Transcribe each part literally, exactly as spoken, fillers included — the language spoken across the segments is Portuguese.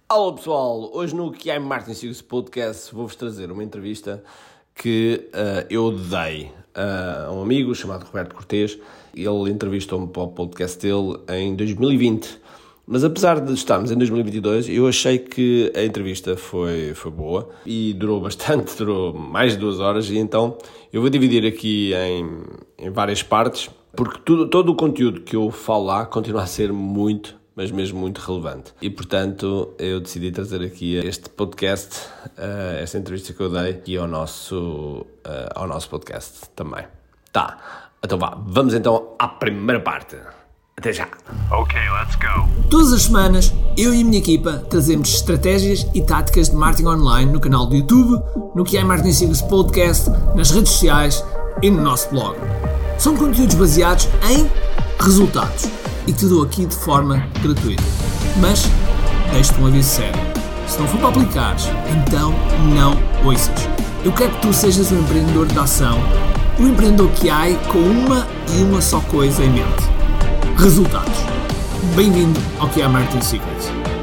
Olá pessoal, hoje no Que é Martin Secrets Podcast vou-vos trazer uma entrevista que uh, eu dei uh, a um amigo chamado Roberto Cortês. Ele entrevistou-me para o podcast dele em dois mil e vinte, mas apesar de estarmos em dois mil e vinte e dois, eu achei que a entrevista foi, foi boa e durou bastante, durou mais de duas horas, e então eu vou dividir aqui em, em várias partes, porque tudo, todo o conteúdo que eu falo lá continua a ser muito, mas mesmo muito relevante. E, portanto, eu decidi trazer aqui este podcast, uh, esta entrevista que eu dei, aqui ao nosso, uh, ao nosso podcast também. Tá, então vá, vamos então à primeira parte. Até já. Ok, let's go. Todas as semanas, eu e a minha equipa trazemos estratégias e táticas de marketing online no canal do YouTube, no Que é Martin Secrets Podcast, nas redes sociais e no nosso blog. São conteúdos baseados em resultados e que te dou aqui de forma gratuita. Mas deixo-te um aviso sério. Se não for para aplicares, então não ouças. Eu quero que tu sejas um empreendedor de ação, um empreendedor que há com uma e uma só coisa em mente: resultados. Bem-vindo ao Que é Martin Secrets.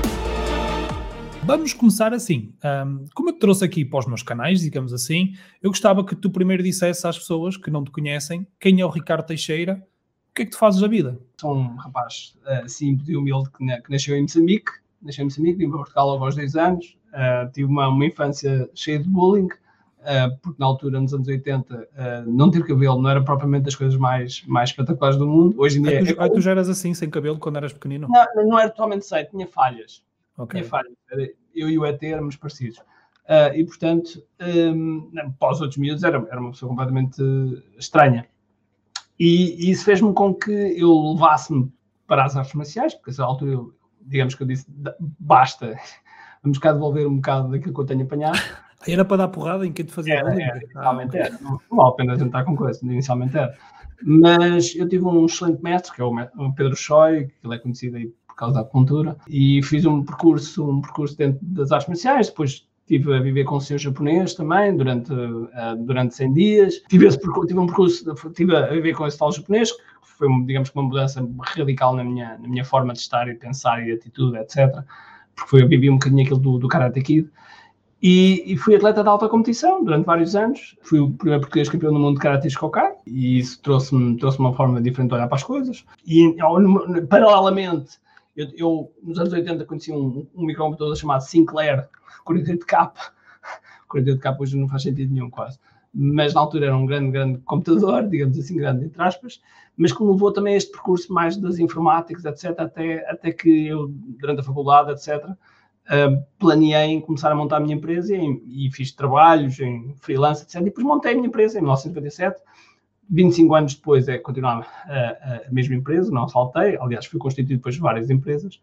Vamos começar assim. Um, como eu te trouxe aqui para os meus canais, digamos assim, eu gostava que tu primeiro dissesse às pessoas que não te conhecem quem é o Ricardo Teixeira. O que é que tu fazes da vida? Sou um rapaz uh, simples e humilde que, na, que nasceu em Moçambique. Nasceu em Moçambique, vim para Portugal aos dois anos. Uh, tive uma, uma infância cheia de bullying, uh, porque na altura, nos anos oitenta, uh, não ter cabelo não era propriamente das coisas mais, mais espetaculares do mundo. Hoje em dia... Aí tu, é... tu já eras assim, sem cabelo, quando eras pequenino? Não, não era totalmente sei, tinha falhas. Okay. Tinha falhas. Eu e o E T éramos parecidos. Uh, e, portanto, um, para os outros miúdos, era, era uma pessoa completamente estranha. E, e isso fez-me com que eu levasse-me para as artes marciais, porque a essa altura, eu, digamos que eu disse, basta, vamos cá devolver um bocado daquilo que eu tenho apanhado. Era para dar porrada em quem te fazia era, bullying? Era, inicialmente ah, era. Não, não vale a pena jantar com coisa, inicialmente era. Mas eu tive um excelente mestre, que é o Pedro Choi, que ele é conhecido aí por causa da acupuntura, e fiz um percurso, um percurso dentro das artes marciais. Depois estive a viver com o senhor japonês também, durante, uh, durante cem dias. Tive, esse percurso, tive um percurso, estive a viver com esse tal japonês, que foi, digamos, uma mudança radical na minha, na minha forma de estar e pensar e atitude, etcétera. Porque foi, eu vivi um bocadinho aquilo do, do Karate Kid. E, e fui atleta de alta competição durante vários anos. Fui o primeiro português campeão do mundo de Karate Shokai, e isso trouxe-me, trouxe-me uma forma diferente de olhar para as coisas. E, paralelamente, eu, eu nos anos oitenta conheci um, um microcomputador chamado Sinclair quarenta e oito K. quarenta e oito K hoje não faz sentido nenhum, quase. Mas na altura era um grande, grande computador, digamos assim, grande entre aspas, mas que me levou também a este percurso mais das informáticas, etcétera, até, até que eu, durante a faculdade, etcétera, uh, planeei em começar a montar a minha empresa e, e fiz trabalhos em freelance, etcétera. E depois montei a minha empresa em mil novecentos e noventa e sete. vinte e cinco anos depois é continuar a, a mesma empresa, não saltei, aliás, fui constituído depois de várias empresas.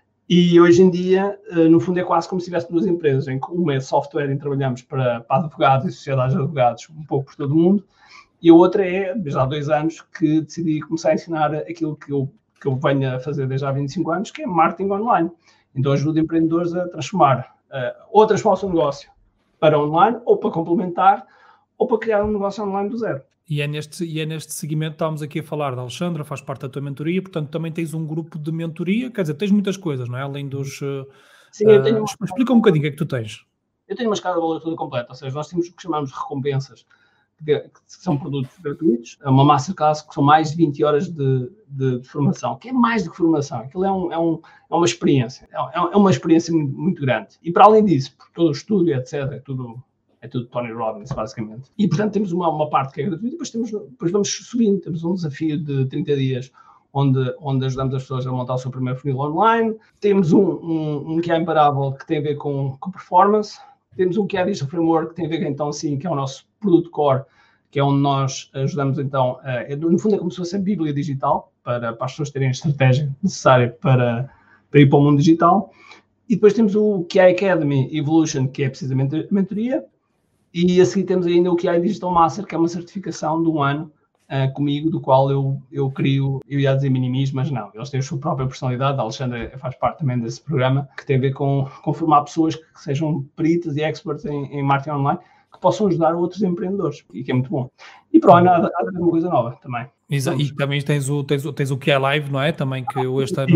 E hoje em dia, no fundo, é quase como se tivesse duas empresas, em que uma é software, em que trabalhamos para, para advogados e sociedades de advogados, um pouco por todo o mundo, e a outra é, desde há dois anos, que decidi começar a ensinar aquilo que eu, que eu venho a fazer desde há vinte e cinco anos, que é marketing online. Então, ajudo empreendedores a transformar, uh, ou a transformar o seu negócio para online, ou para complementar, ou para criar um negócio online do zero. E é neste, e é neste segmento que estávamos aqui a falar da Alexandra, faz parte da tua mentoria, portanto também tens um grupo de mentoria, quer dizer, tens muitas coisas, não é? Além dos... Uh, Sim, eu tenho uma... Explica um bocadinho o que é que tu tens. Eu tenho uma escala de valor toda completa, ou seja, nós temos o que chamamos de recompensas, que são produtos gratuitos, é uma masterclass que são mais de vinte horas de, de, de formação, que é mais do que formação, aquilo é, um, é, um, é uma experiência, é, é uma experiência muito, muito grande. E para além disso, por todo o estúdio, etcétera, é tudo... É tudo Tony Robbins, basicamente. E, portanto, temos uma, uma parte que é gratuita, depois, temos, depois vamos subindo. Temos um desafio de trinta dias, onde, onde ajudamos as pessoas a montar o seu primeiro funil online. Temos um, um, um que é imparável, que tem a ver com, com performance. Temos um que é Digital Framework, que tem a ver, então, sim, que é o nosso produto core, que é onde nós ajudamos, então, a, é, no fundo é como se fosse a bíblia digital, para, para as pessoas terem a estratégia necessária para, para ir para o mundo digital. E depois temos o Q I Academy Evolution, que é precisamente a mentoria. E a seguir temos ainda o Q I Digital Master, que é uma certificação de um ano uh, comigo, do qual eu, eu crio, eu ia dizer minimis, mas não, eles têm a sua própria personalidade. A Alexandra faz parte também desse programa, que tem a ver com, com formar pessoas que sejam peritas e experts em, em marketing online, que possam ajudar outros empreendedores, e que é muito bom. E para o ano há de haver uma coisa nova também. Exato. E também tens o, tens, o, tens o Q I Live, não é? Também que este ano...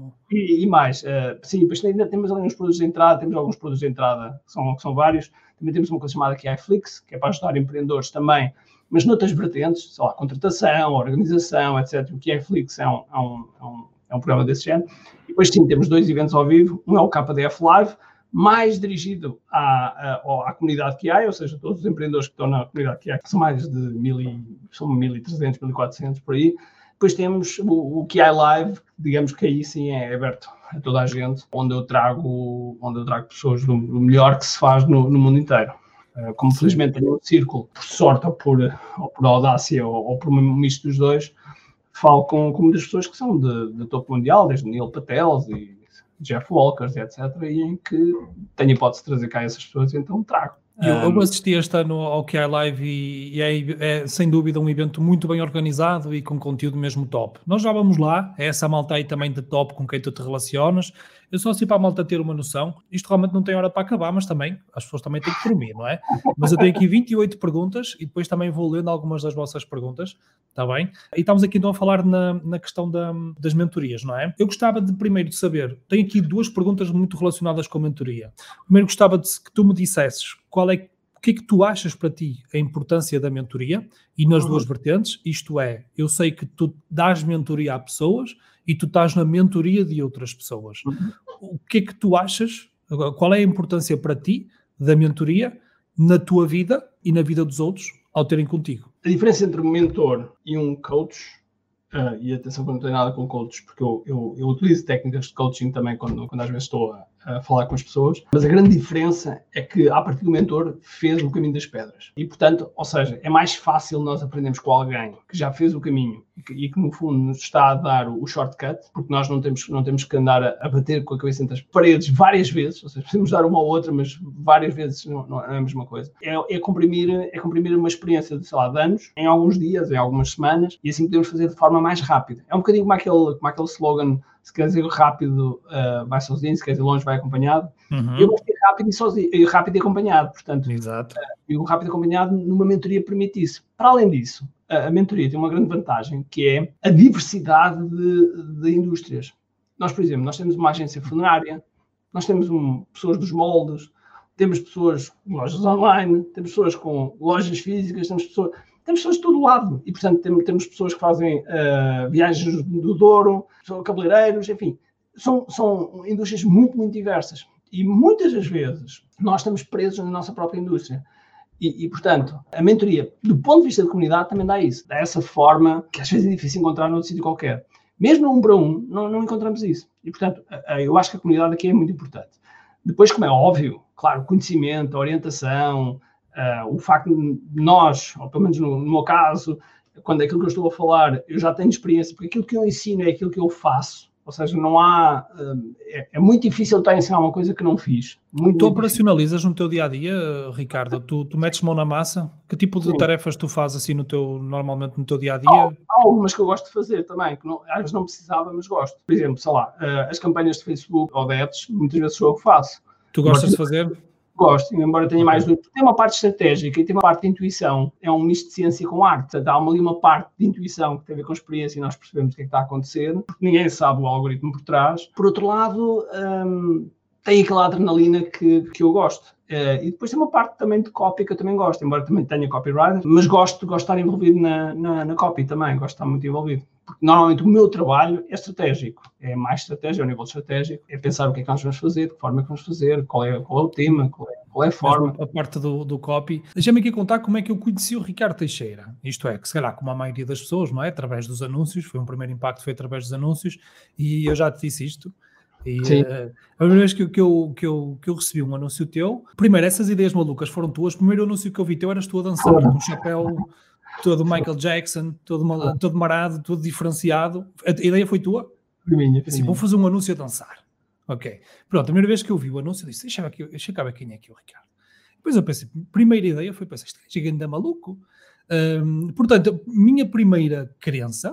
Ou... E, e mais, uh, sim, depois ainda temos ali uns produtos de entrada, temos alguns produtos de entrada, que são, que são vários. Também temos uma coisa chamada que é a iFlix, que é para ajudar empreendedores também, mas noutras vertentes, sei lá, contratação, organização, etcétera. O que é a iFlix é um, é, um, é, um, é um programa desse género. E depois sim, temos dois eventos ao vivo, um é o K D F Live, mais dirigido à, à, à comunidade Q I, ou seja, todos os empreendedores que estão na comunidade Q I, que são mais de mil e, são mil e trezentos, mil e quatrocentos por aí. Depois temos o, o Q I Live, digamos que aí sim é aberto a toda a gente, onde eu trago, onde eu trago pessoas do, do melhor que se faz no, no mundo inteiro. Uh, como sim. Felizmente tenho um círculo, por sorte ou por, ou por audácia ou, ou por um misto dos dois, falo com, com muitas pessoas que são de, de topo mundial, desde Neil Patel e Jeff Walkers, etcétera, e em que tenho a hipótese de trazer cá essas pessoas, então trago. Eu, eu assisti este ano ao Q I Live e, e é, é sem dúvida um evento muito bem organizado e com conteúdo mesmo top. Nós já vamos lá, é essa malta aí também de top com quem tu te relacionas. Eu só assim para a malta ter uma noção, isto realmente não tem hora para acabar, mas também as pessoas também têm que dormir, não é? Mas eu tenho aqui vinte e oito perguntas e depois também vou lendo algumas das vossas perguntas, está bem? E estamos aqui então a falar na, na questão da, das mentorias, não é? Eu gostava de primeiro de saber, tenho aqui duas perguntas muito relacionadas com a mentoria. Primeiro gostava de que tu me dissesses qual é, o que é que tu achas para ti a importância da mentoria e nas uhum. duas vertentes, isto é, eu sei que tu dás mentoria a pessoas e tu estás na mentoria de outras pessoas. Uhum. O que é que tu achas, qual é a importância para ti da mentoria na tua vida e na vida dos outros ao terem contigo? A diferença entre um mentor e um coach, uh, e atenção que eu não tenho nada com coaches, porque eu, eu, eu utilizo técnicas de coaching também quando, quando às vezes estou a, a falar com as pessoas, mas a grande diferença é que a partir do mentor fez o caminho das pedras. E portanto, ou seja, é mais fácil nós aprendermos com alguém que já fez o caminho e que, e que no fundo nos está a dar o, o shortcut, porque nós não temos, não temos que andar a, a bater com a cabeça entre as paredes várias vezes, ou seja, podemos dar uma ou outra, mas várias vezes não, não é a mesma coisa. É, é, comprimir, é comprimir uma experiência de, sei lá, de anos, em alguns dias, em algumas semanas, e assim podemos fazer de forma mais rápida. É um bocadinho como aquele, como aquele slogan: se quer dizer rápido, uh, vai sozinho, se quer dizer longe, vai acompanhado. Uhum. Eu gosto de ir rápido e, sozinho, rápido e acompanhado, portanto, Exato. Uh, e o rápido e acompanhado numa mentoria permite isso. Para além disso, a, a mentoria tem uma grande vantagem, que é a diversidade de, de indústrias. Nós, por exemplo, nós temos uma agência funerária, nós temos um, pessoas dos moldes, temos pessoas com lojas online, temos pessoas com lojas físicas, temos pessoas... Temos pessoas de todo lado e, portanto, temos, temos pessoas que fazem uh, viagens do Douro, são cabeleireiros, enfim, são, são indústrias muito, muito diversas. E muitas das vezes nós estamos presos na nossa própria indústria. E, e, portanto, a mentoria, do ponto de vista da comunidade, também dá isso. Dá essa forma que às vezes é difícil encontrar noutro sítio qualquer. Mesmo um para um, não, não encontramos isso. E, portanto, eu acho que a comunidade aqui é muito importante. Depois, como é óbvio, claro, o conhecimento, a orientação... Uh, o facto de nós, ou pelo menos no, no meu caso, quando é aquilo que eu estou a falar, eu já tenho experiência, porque aquilo que eu ensino é aquilo que eu faço, ou seja, não há, uh, é, é muito difícil estar a ensinar uma coisa que não fiz. Muito, tu muito operacionalizas no teu dia-a-dia, Ricardo? Tu, tu metes mão na massa? Que tipo de Sim. tarefas tu fazes assim no teu, normalmente no teu dia-a-dia? Há, há algumas que eu gosto de fazer também, que não, às vezes não precisava, mas gosto. Por exemplo, sei lá, uh, as campanhas de Facebook ou de ads, muitas vezes sou eu que faço. Tu gostas de fazer? Gosto, embora tenha mais dúvida. Tem uma parte estratégica e tem uma parte de intuição. É um misto de ciência com arte. Portanto, há ali uma parte de intuição que tem a ver com experiência e nós percebemos o que é que está a acontecer, porque ninguém sabe o algoritmo por trás. Por outro lado, hum, tem aquela adrenalina que, que eu gosto. Uh, e depois tem uma parte também de copy que eu também gosto, embora também tenha copywriter, mas gosto, gosto de estar envolvido na, na, na copy também, gosto de estar muito envolvido. Porque normalmente o meu trabalho é estratégico, é mais estratégia, é o nível estratégico, é pensar o que é que nós vamos fazer, de que forma é que vamos fazer, qual é, qual é o tema, qual é, qual é a forma. A parte do, do copy. Deixa-me aqui contar como é que eu conheci o Ricardo Teixeira. Isto é, que se calhar como a maioria das pessoas, não é? Através dos anúncios, foi um primeiro impacto, foi através dos anúncios, e eu já te disse isto. E, uh, a primeira vez que, que, eu, que, eu, que eu recebi um anúncio teu, primeiro, essas ideias malucas foram tuas. O primeiro anúncio que eu vi teu eras tu a dançar com um chapéu todo Michael Jackson, todo, mal, todo marado, todo diferenciado. A, a ideia foi tua? Foi minha. Assim, vou fazer um anúncio a dançar. Ok. Pronto, a primeira vez que eu vi o anúncio, eu disse, deixa eu ver cá quem é aqui o Ricardo. Depois eu pensei, primeira ideia foi pensar, este gajo é maluco. Um, portanto, minha primeira crença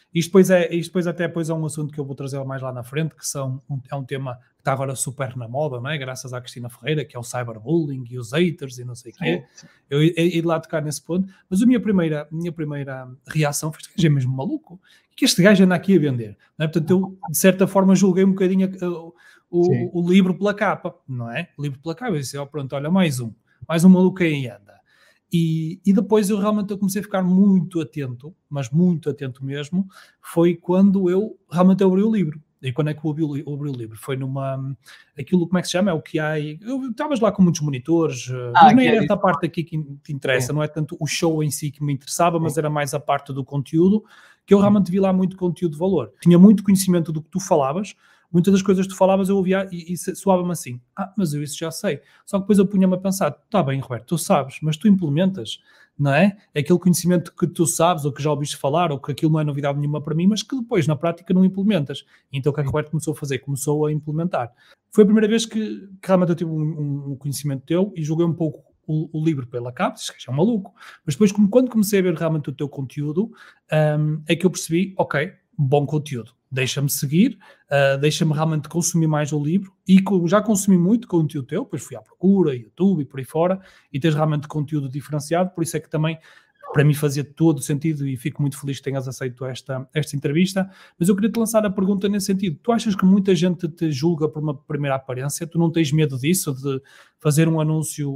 Isto depois, é, isto depois até depois é um assunto que eu vou trazer mais lá na frente, que são, um, é um tema que está agora super na moda, não é? Graças à Cristina Ferreira, que é o cyberbullying e os haters e não sei o quê. Eu ia lá tocar nesse ponto, mas a minha primeira, minha primeira reação foi: este gajo é mesmo maluco? O que este gajo anda aqui a vender? Não é? Portanto, eu de certa forma julguei um bocadinho o, o, o livro pela capa, não é? O livro pela capa, eu disse: oh, pronto, olha, mais um, mais um maluco aí anda. E, e depois eu realmente eu comecei a ficar muito atento, mas muito atento mesmo, foi quando eu realmente abri o livro. E quando é que eu abri, eu abri o livro? Foi numa... Aquilo, como é que se chama? É o que há... Eu estavas lá com muitos monitores, ah, mas nem é esta parte aqui que te interessa, é. Não é tanto o show em si que me interessava, mas era mais a parte do conteúdo, que eu realmente vi lá muito conteúdo de valor. Tinha muito conhecimento do que tu falavas, muitas das coisas que tu falavas eu ouvia e, e soava-me assim: ah, mas eu isso já sei. Só que depois eu punha-me a pensar: está bem, Roberto, tu sabes, mas tu implementas, não é? É aquele conhecimento que tu sabes, ou que já ouviste falar, ou que aquilo não é novidade nenhuma para mim, mas que depois, na prática, não implementas. Então o que é que o Roberto começou a fazer? Começou a implementar. Foi a primeira vez que, que realmente eu tive um, um conhecimento teu e julguei um pouco o, o livro pela capa, disse que é um maluco. Mas depois, quando comecei a ver realmente o teu conteúdo, um, é que eu percebi: ok, bom conteúdo. Deixa-me seguir, uh, deixa-me realmente consumir mais o livro, e já consumi muito conteúdo teu, depois fui à procura, YouTube e por aí fora, e tens realmente conteúdo diferenciado, por isso é que também para mim fazia todo o sentido e fico muito feliz que tenhas aceito esta, esta entrevista. Mas eu queria te lançar a pergunta nesse sentido: tu achas que muita gente te julga por uma primeira aparência? Tu não tens medo disso, de fazer um anúncio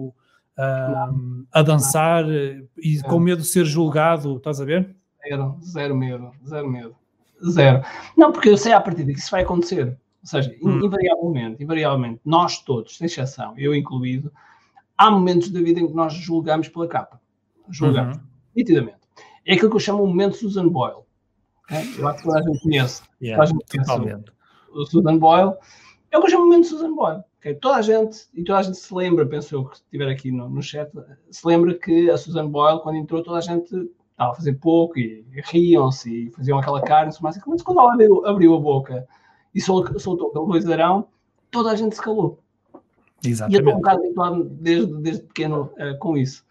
uh, a dançar e com medo de ser julgado, estás a ver? Zero, zero medo, zero medo. Zero. Não, porque eu sei à partida que isso vai acontecer. Ou seja, hum. invariavelmente, invariavelmente, nós todos, sem exceção, eu incluído, há momentos da vida em que nós julgamos pela capa. Julgamos, uhum. nitidamente. É aquilo que eu chamo o momento Susan Boyle. Okay? Eu acho que toda a gente conhece. Yeah, toda a gente conhece o, o Susan Boyle. É o que eu chamo o momento Susan Boyle. Okay? Toda a gente, e toda a gente se lembra, penso eu que estiver aqui no, no chat, se lembra que a Susan Boyle, quando entrou, toda a gente estava a fazer pouco e, e riam-se e faziam aquela cara, mas quando ela abriu, abriu a boca e soltou, soltou aquele vozeirão, toda a gente se calou. Exatamente. E eu estou um bocado habituado desde, desde pequeno uh, com isso.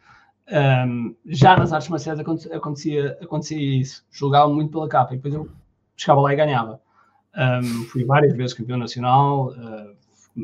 Um, já nas artes marciais acontecia, acontecia, acontecia isso. Julgava muito pela capa e depois eu chegava lá e ganhava. Um, fui várias vezes campeão nacional uh,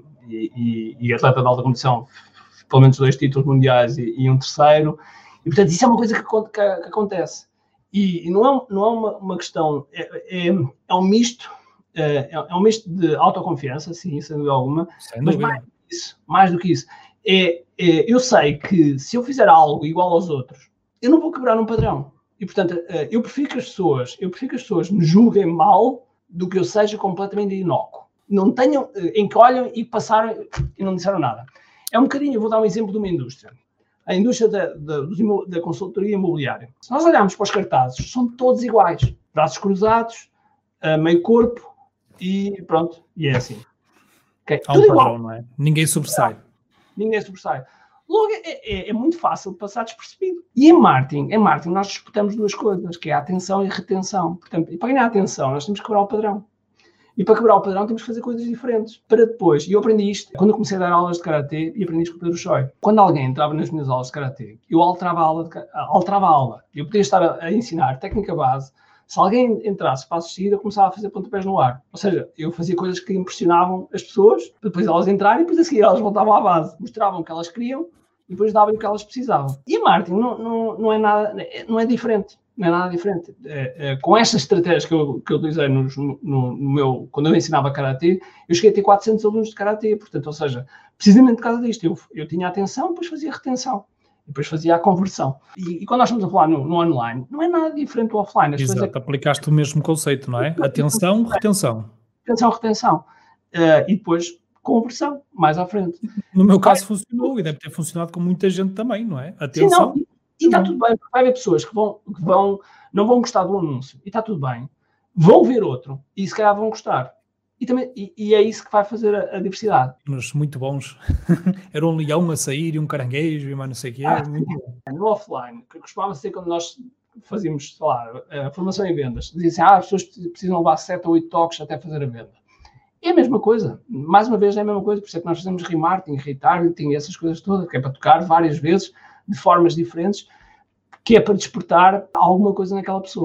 e, e, e atleta de alta competição, pelo menos dois títulos mundiais e, e um terceiro. E, portanto, isso é uma coisa que, que, que acontece. E, e não é, não é uma, uma questão... É, é, é um misto... É, é um misto de autoconfiança, sim, sem dúvida alguma. Sem dúvida. Mas mais do que isso, mais do que isso é, é, eu sei que se eu fizer algo igual aos outros, eu não vou quebrar um padrão. E, portanto, eu prefiro que as pessoas, eu prefiro que as pessoas me julguem mal do que eu seja completamente inócuo. Não tenham... Em que olham e passaram e não disseram nada. É um bocadinho... Eu vou dar um exemplo de uma indústria. A indústria da, da, da consultoria imobiliária. Se nós olharmos para os cartazes, são todos iguais. Braços cruzados, meio corpo e pronto. E é assim. Okay. Há um padrão, igual. Não é? Ninguém sobressai. Ninguém sobressai. Logo, é, é, é muito fácil de passar despercebido. E em marketing, em marketing nós disputamos duas coisas, que é a atenção e a retenção. Portanto, e para ganhar a atenção, nós temos que quebrar o padrão. E para quebrar o padrão temos que fazer coisas diferentes. Para depois, e eu aprendi isto quando eu comecei a dar aulas de Karatê e aprendi isto com o Pedro Choi. Quando alguém entrava nas minhas aulas de Karatê, eu alterava a aula. De, alterava a aula. Eu podia estar a, a ensinar técnica base. Se alguém entrasse para assistir, eu começava a fazer pontapés no ar. Ou seja, eu fazia coisas que impressionavam as pessoas, depois elas entrarem e depois a seguir elas voltavam à base. Mostravam o que elas queriam e depois davam o que elas precisavam. E a marketing não, não, não, é, nada, não é diferente. Não é nada diferente. É, é, com estas estratégias que eu, que eu utilizei no, no, no meu... Quando eu ensinava Karatê, eu cheguei a ter quatrocentos alunos de Karatê. Portanto, ou seja, precisamente por causa disto. Eu, eu tinha atenção, depois fazia retenção. Depois fazia a conversão. E, e quando nós estamos a falar no, no online, não é nada diferente do offline. As Exato, coisas é... aplicaste o mesmo conceito, não é? Atenção, retenção. Atenção, retenção. Uh, e depois conversão, mais à frente. No meu caso funcionou e deve ter funcionado com muita gente também, não é? Atenção. Sim, não, e está tudo bem, porque vai haver pessoas que, vão, que vão, não vão gostar do anúncio. E está tudo bem. Vão ver outro e se calhar vão gostar. E, também, e, e é isso que vai fazer a, a diversidade. Mas muito bons. Era um leão a sair e um caranguejo e mais não sei o quê. Ah, muito bom. No offline, que costumava ser quando nós fazíamos, sei lá, a formação em vendas. Diziam assim, ah, as pessoas precisam levar sete ou oito toques até fazer a venda. É a mesma coisa. Mais uma vez é a mesma coisa. Por isso é que nós fazemos remarketing, retargeting, essas coisas todas, que é para tocar várias vezes, de formas diferentes, que é para despertar alguma coisa naquela pessoa.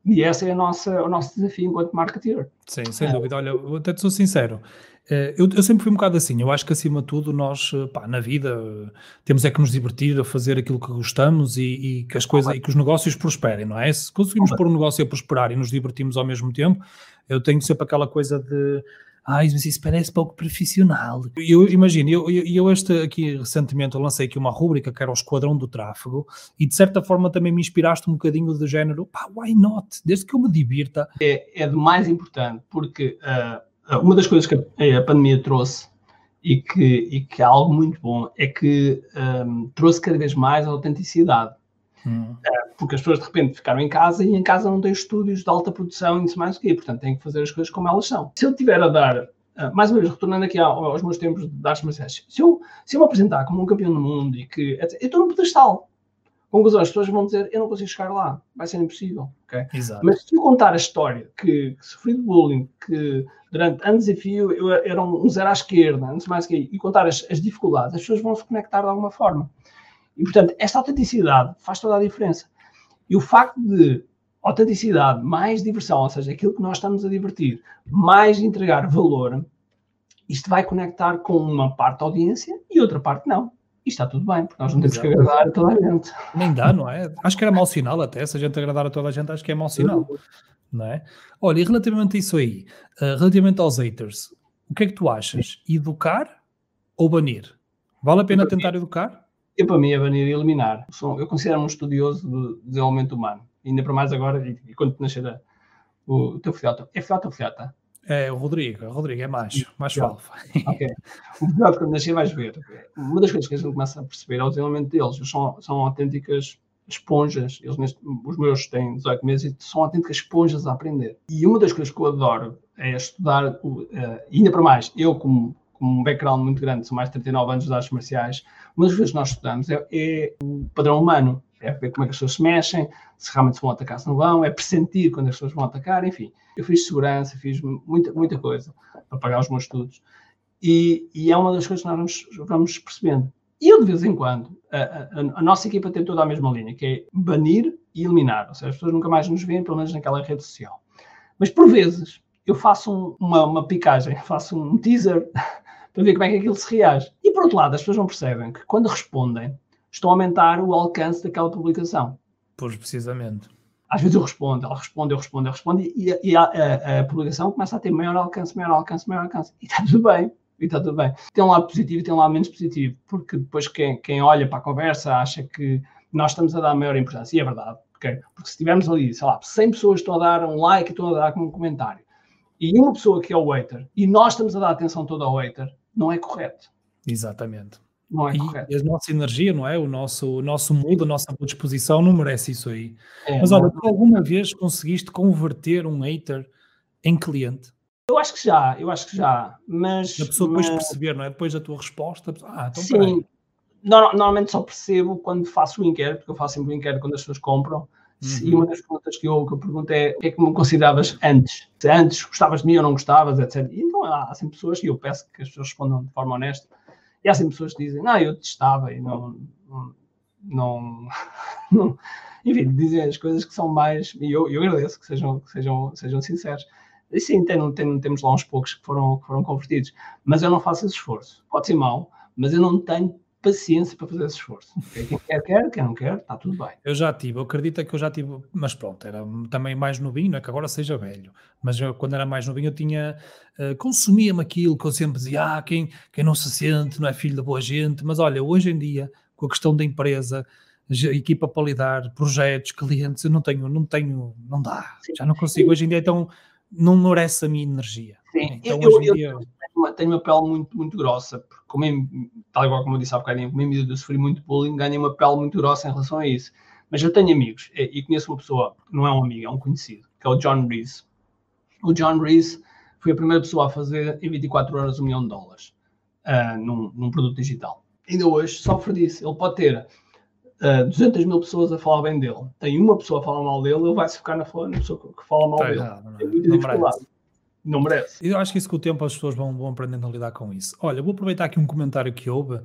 E esse é a nossa, o nosso desafio enquanto marketeer. Sim, sem dúvida. Olha, eu até te sou sincero. Eu, eu sempre fui um bocado assim. Eu acho que, acima de tudo, nós, pá, na vida, temos é que nos divertir a fazer aquilo que gostamos e, e que as coisas, e que os negócios prosperem, não é? Se conseguimos pôr um negócio a prosperar e nos divertimos ao mesmo tempo, eu tenho sempre aquela coisa de... Ai, mas isso parece pouco profissional. Eu imagino, eu, eu, eu este aqui recentemente eu lancei aqui uma rúbrica que era o Esquadrão do Tráfego e de certa forma também me inspiraste um bocadinho do género, pá, why not? Desde que eu me divirta. É, é de mais importante, porque uh, uma das coisas que a, a pandemia trouxe e que, e que é algo muito bom é que um, trouxe cada vez mais a autenticidade. Hum. Porque as pessoas de repente ficaram em casa e em casa não têm estúdios de alta produção e não sei mais o quê, portanto têm que fazer as coisas como elas são. Se eu tiver a dar, mais uma vez retornando aqui aos meus tempos de artes marciais, se eu, se eu me apresentar como um campeão do mundo e que eu estou num pedestal, conclusão, as pessoas vão dizer eu não consigo chegar lá, vai ser impossível, okay? Exato. Mas se eu contar a história que, que sofri de bullying, que durante anos e fio eu era um zero à esquerda, não sei mais o quê, e contar as, as dificuldades, as pessoas vão se conectar de alguma forma. E, portanto, esta autenticidade faz toda a diferença. E o facto de autenticidade mais diversão, ou seja, aquilo que nós estamos a divertir, mais entregar valor, isto vai conectar com uma parte da audiência e outra parte não. E está tudo bem, porque nós não temos Exato. Que agradar a toda a gente. Nem dá, não é? Acho que era mau sinal até, se a gente agradar a toda a gente, acho que é mau sinal. Não é? Olha, e relativamente a isso aí, uh, relativamente aos haters, o que é que tu achas? Educar ou banir? Vale a pena tentar educar? Eu, para mim, é banir e eliminar. Eu considero-me um estudioso de desenvolvimento humano. Ainda para mais agora, e, e quando nascer o, o teu filhote. É filhote ou filhota? É o Rodrigo. O Rodrigo é macho. Macho alfa. Ok. O filhote, quando nascer, vais ver. Uma das coisas que a gente começa a perceber é o desenvolvimento deles. Eles são, são autênticas esponjas. Eles, neste, os meus têm dezoito meses e são autênticas esponjas a aprender. E uma das coisas que eu adoro é estudar, uh, ainda para mais, eu como... com um background muito grande, são mais de trinta e nove anos de artes marciais, uma das coisas que nós estudamos é, é o padrão humano, é ver como é que as pessoas se mexem, se realmente se vão atacar, se não vão, é pressentir quando as pessoas vão atacar, enfim. Eu fiz segurança, fiz muita, muita coisa para pagar os meus estudos e, e é uma das coisas que nós vamos, vamos percebendo. E eu, de vez em quando, a, a, a nossa equipa tem toda a mesma linha, que é banir e eliminar, ou seja, as pessoas nunca mais nos veem, pelo menos naquela rede social. Mas, por vezes, eu faço um, uma, uma picagem, faço um teaser para ver como é que aquilo se reage. E, por outro lado, as pessoas não percebem que, quando respondem, estão a aumentar o alcance daquela publicação. Pois, precisamente. Às vezes eu respondo, ela responde, eu respondo, eu respondo, e, e a, a, a publicação começa a ter maior alcance, maior alcance, maior alcance. E está tudo bem, e está tudo bem. Tem um lado positivo e tem um lado menos positivo, porque depois quem, quem olha para a conversa acha que nós estamos a dar maior importância. E é verdade, okay? Porque se tivermos ali, sei lá, cem pessoas estão a dar um like e estão a dar um comentário, e uma pessoa que é o hater, e nós estamos a dar atenção toda ao hater, não é correto. Exatamente. Não é e correto. a nossa energia, não é? O nosso, o nosso mood, a nossa disposição não merece isso aí. É, Mas olha, não... tu alguma vez conseguiste converter um hater em cliente? Eu acho que já, eu acho que já. Mas... A pessoa depois mas... perceber, não é? Depois da tua resposta, a pessoa, ah, então sim. peraí. Normalmente só percebo quando faço o inquérito, porque eu faço sempre o inquérito quando as pessoas compram. Uhum. E uma das perguntas que eu, que eu pergunto é o que é que me consideravas antes? Se antes gostavas de mim ou não gostavas, etcétera. E então há, há sempre pessoas, e eu peço que as pessoas respondam de forma honesta, e há sempre pessoas que dizem, não, eu testava e não, não, não, não enfim, dizem as coisas que são mais, e eu, eu agradeço que sejam, que sejam, sejam sinceros. E sim, tem, tem, temos lá uns poucos que foram, que foram convertidos, mas eu não faço esse esforço. Pode ser mau, mas eu não tenho paciência para fazer esse esforço. Quem quer, quer, quem não quer, está tudo bem. Eu já tive, eu acredito que eu já tive, mas pronto, era também mais novinho, não é que agora seja velho, mas eu, quando era mais novinho eu tinha, uh, consumia-me aquilo que eu sempre dizia, ah, quem, quem não se sente não é filho da boa gente, mas olha, hoje em dia, com a questão da empresa, equipa para lidar, projetos, clientes, eu não tenho, não tenho, não dá, sim, já não consigo, sim. Hoje em dia então não merece a minha energia. Sim, então eu, hoje em eu, dia... eu tenho, uma, tenho uma pele muito, muito grossa, porque como em, tal igual como eu disse há bocadinho, como em medida eu sofri muito bullying, ganhei uma pele muito grossa em relação a isso. Mas eu tenho amigos, e, e conheço uma pessoa, não é um amigo, é um conhecido, que é o John Reese. O John Reese foi a primeira pessoa a fazer em vinte e quatro horas um milhão de dólares uh, num, num produto digital. Ainda hoje sofre disso. Ele pode ter uh, duzentas mil pessoas a falar bem dele. Tem uma pessoa a falar mal dele, ele vai se focar na, na pessoa que fala mal tá dele. errado, não é? Tem muita dificuldade. não merece. Eu acho que isso com o tempo as pessoas vão, vão aprendendo a lidar com isso. Olha, vou aproveitar aqui um comentário que houve.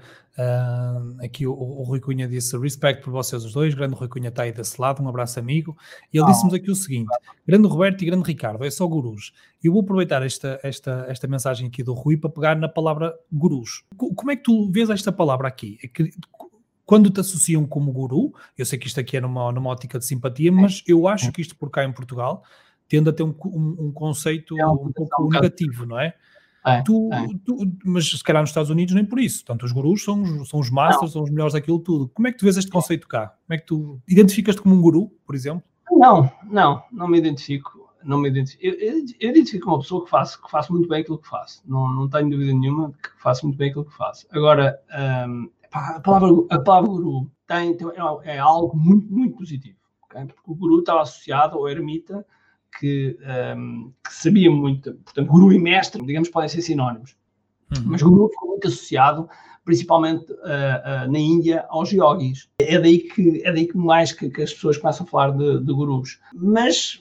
Uh, aqui o, o Rui Cunha disse: respeito por vocês os dois. Grande Rui Cunha está aí desse lado. Um abraço, amigo. E ele oh. disse-nos aqui o seguinte: grande Roberto e grande Ricardo, é só gurus. Eu vou aproveitar esta, esta, esta mensagem aqui do Rui para pegar na palavra gurus. Como é que tu vês esta palavra aqui? É que, quando te associam como guru, eu sei que isto aqui é numa, numa ótica de simpatia, mas eu acho que isto por cá em Portugal tende a ter um, um, um conceito é um, um pouco um negativo, não é? É, tu, é. Tu, mas se calhar nos Estados Unidos nem por isso. Portanto, os gurus são, são os masters, não. São os melhores daquilo tudo. Como é que tu vês este conceito cá? Como é que tu identificas-te como um guru, por exemplo? Não, não, não me identifico. Não me identifico. Eu, eu, eu identifico uma pessoa que faço, que faço muito bem aquilo que faço. Não, não tenho dúvida nenhuma que faço muito bem aquilo que faço. Agora, um, a palavra, a palavra guru tem, é, é algo muito, muito positivo. Okay? Porque o guru estava associado ao eremita, Que, um, que sabia muito, portanto, guru e mestre, digamos, podem ser sinónimos, uhum. Mas guru ficou muito associado, principalmente uh, uh, na Índia, aos yogis. É daí que, é daí que mais que, que as pessoas começam a falar de, de gurus. Mas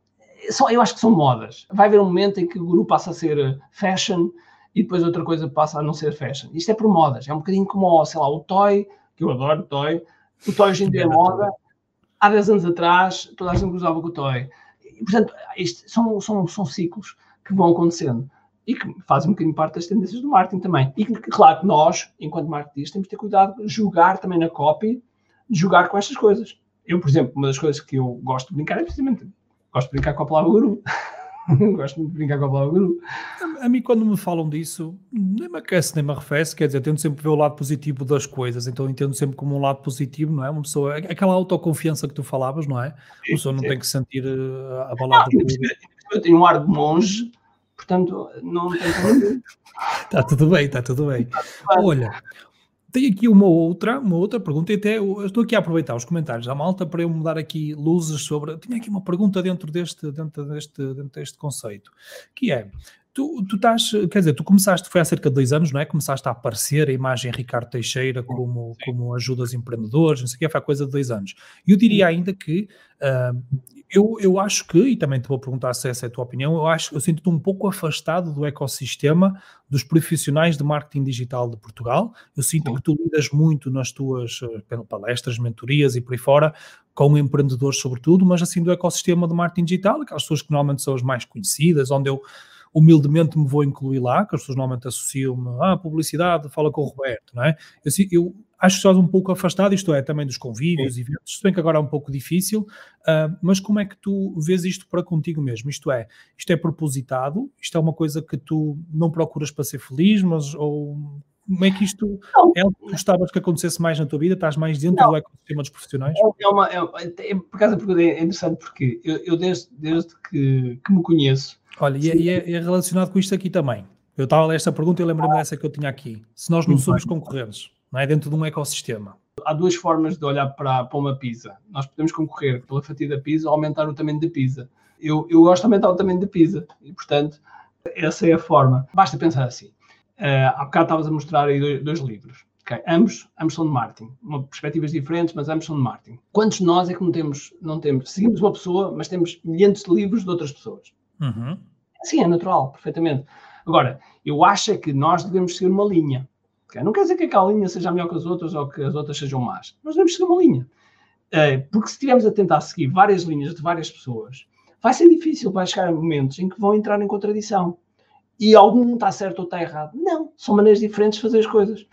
só, eu acho que são modas. Vai haver um momento em que o guru passa a ser fashion e depois outra coisa passa a não ser fashion. Isto é por modas. É um bocadinho como, sei lá, o toy, que eu adoro o toy. O toy hoje em dia é moda. Há dez anos atrás, toda a gente usava o toy. E, portanto, isto são, são, são ciclos que vão acontecendo e que fazem um bocadinho parte das tendências do marketing também. E, claro, que nós, enquanto marketeers, temos de ter cuidado de jogar também na copy, de jogar com estas coisas. Eu, por exemplo, uma das coisas que eu gosto de brincar é precisamente, gosto de brincar com a palavra guru. Gosto muito de brincar com a palavra guru. A, a mim, quando me falam disso, nem me aquece, nem me arrefece, quer dizer, eu tento sempre ver o lado positivo das coisas, então eu entendo sempre como um lado positivo, não é? Uma pessoa, aquela autoconfiança que tu falavas, não é? Uma pessoa não sim. tem que sentir uh, abalada. Não, eu tenho um ar de monge, portanto, não tem problema. Está tudo bem, está tudo bem. Olha, tem aqui uma outra, uma outra pergunta, e até eu estou aqui a aproveitar os comentários da malta para eu me dar aqui luzes sobre... Tinha aqui uma pergunta dentro deste, dentro deste, dentro deste conceito, que é, tu, tu estás, quer dizer, tu começaste, foi há cerca de dois anos, não é? Começaste a aparecer a imagem Ricardo Teixeira como, como ajuda os empreendedores, não sei o que, foi há coisa de dois anos. E eu diria ainda que... Uh, Eu, eu acho que, e também te vou perguntar se essa é a tua opinião, eu acho eu sinto-te um pouco afastado do ecossistema dos profissionais de marketing digital de Portugal. Eu sinto Sim. que tu lidas muito nas tuas palestras, mentorias e por aí fora, com empreendedores sobretudo, mas assim do ecossistema de marketing digital, aquelas pessoas que normalmente são as mais conhecidas, onde eu humildemente me vou incluir lá, que as pessoas normalmente associam-me à ah, publicidade, fala com o Roberto, não é? Eu, eu acho que estás um pouco afastado, isto é, também dos convívios, Sim. eventos, se bem que agora é um pouco difícil, uh, mas como é que tu vês isto para contigo mesmo? Isto é, isto é propositado? Isto é uma coisa que tu não procuras para ser feliz, mas ou como é que isto não. É algo que tu gostavas que acontecesse mais na tua vida? Estás mais dentro não. do ecossistema dos profissionais? É uma, é, é, por acaso a pergunta é interessante porque eu, eu desde, desde que, que me conheço. Olha, e, é, e é, é relacionado com isto aqui também. Eu estava a ler esta pergunta e lembrei-me dessa que eu tinha aqui. Se nós não somos concorrentes, não é? Dentro de um ecossistema. Há duas formas de olhar para, para uma pizza. Nós podemos concorrer pela fatia da pizza ou aumentar o tamanho da pizza. Eu, eu gosto de aumentar o tamanho da pizza e, portanto, essa é a forma. Basta pensar assim. Uh, há bocado estavas a mostrar aí dois, dois livros. Okay? Ambos, ambos são de marketing. Uma, perspectivas diferentes, mas ambos são de marketing. Quantos de nós é que não temos, não temos? Seguimos uma pessoa, mas temos milhares de livros de outras pessoas. Uhum. Sim, é natural, perfeitamente. Agora, eu acho é que nós devemos seguir uma linha. Okay? Não quer dizer que aquela linha seja melhor que as outras ou que as outras sejam más. Nós devemos seguir uma linha. Uh, porque se estivermos a tentar seguir várias linhas de várias pessoas, vai ser difícil, vai chegar a momentos em que vão entrar em contradição. E algum está certo ou está errado. Não, são maneiras diferentes de fazer as coisas.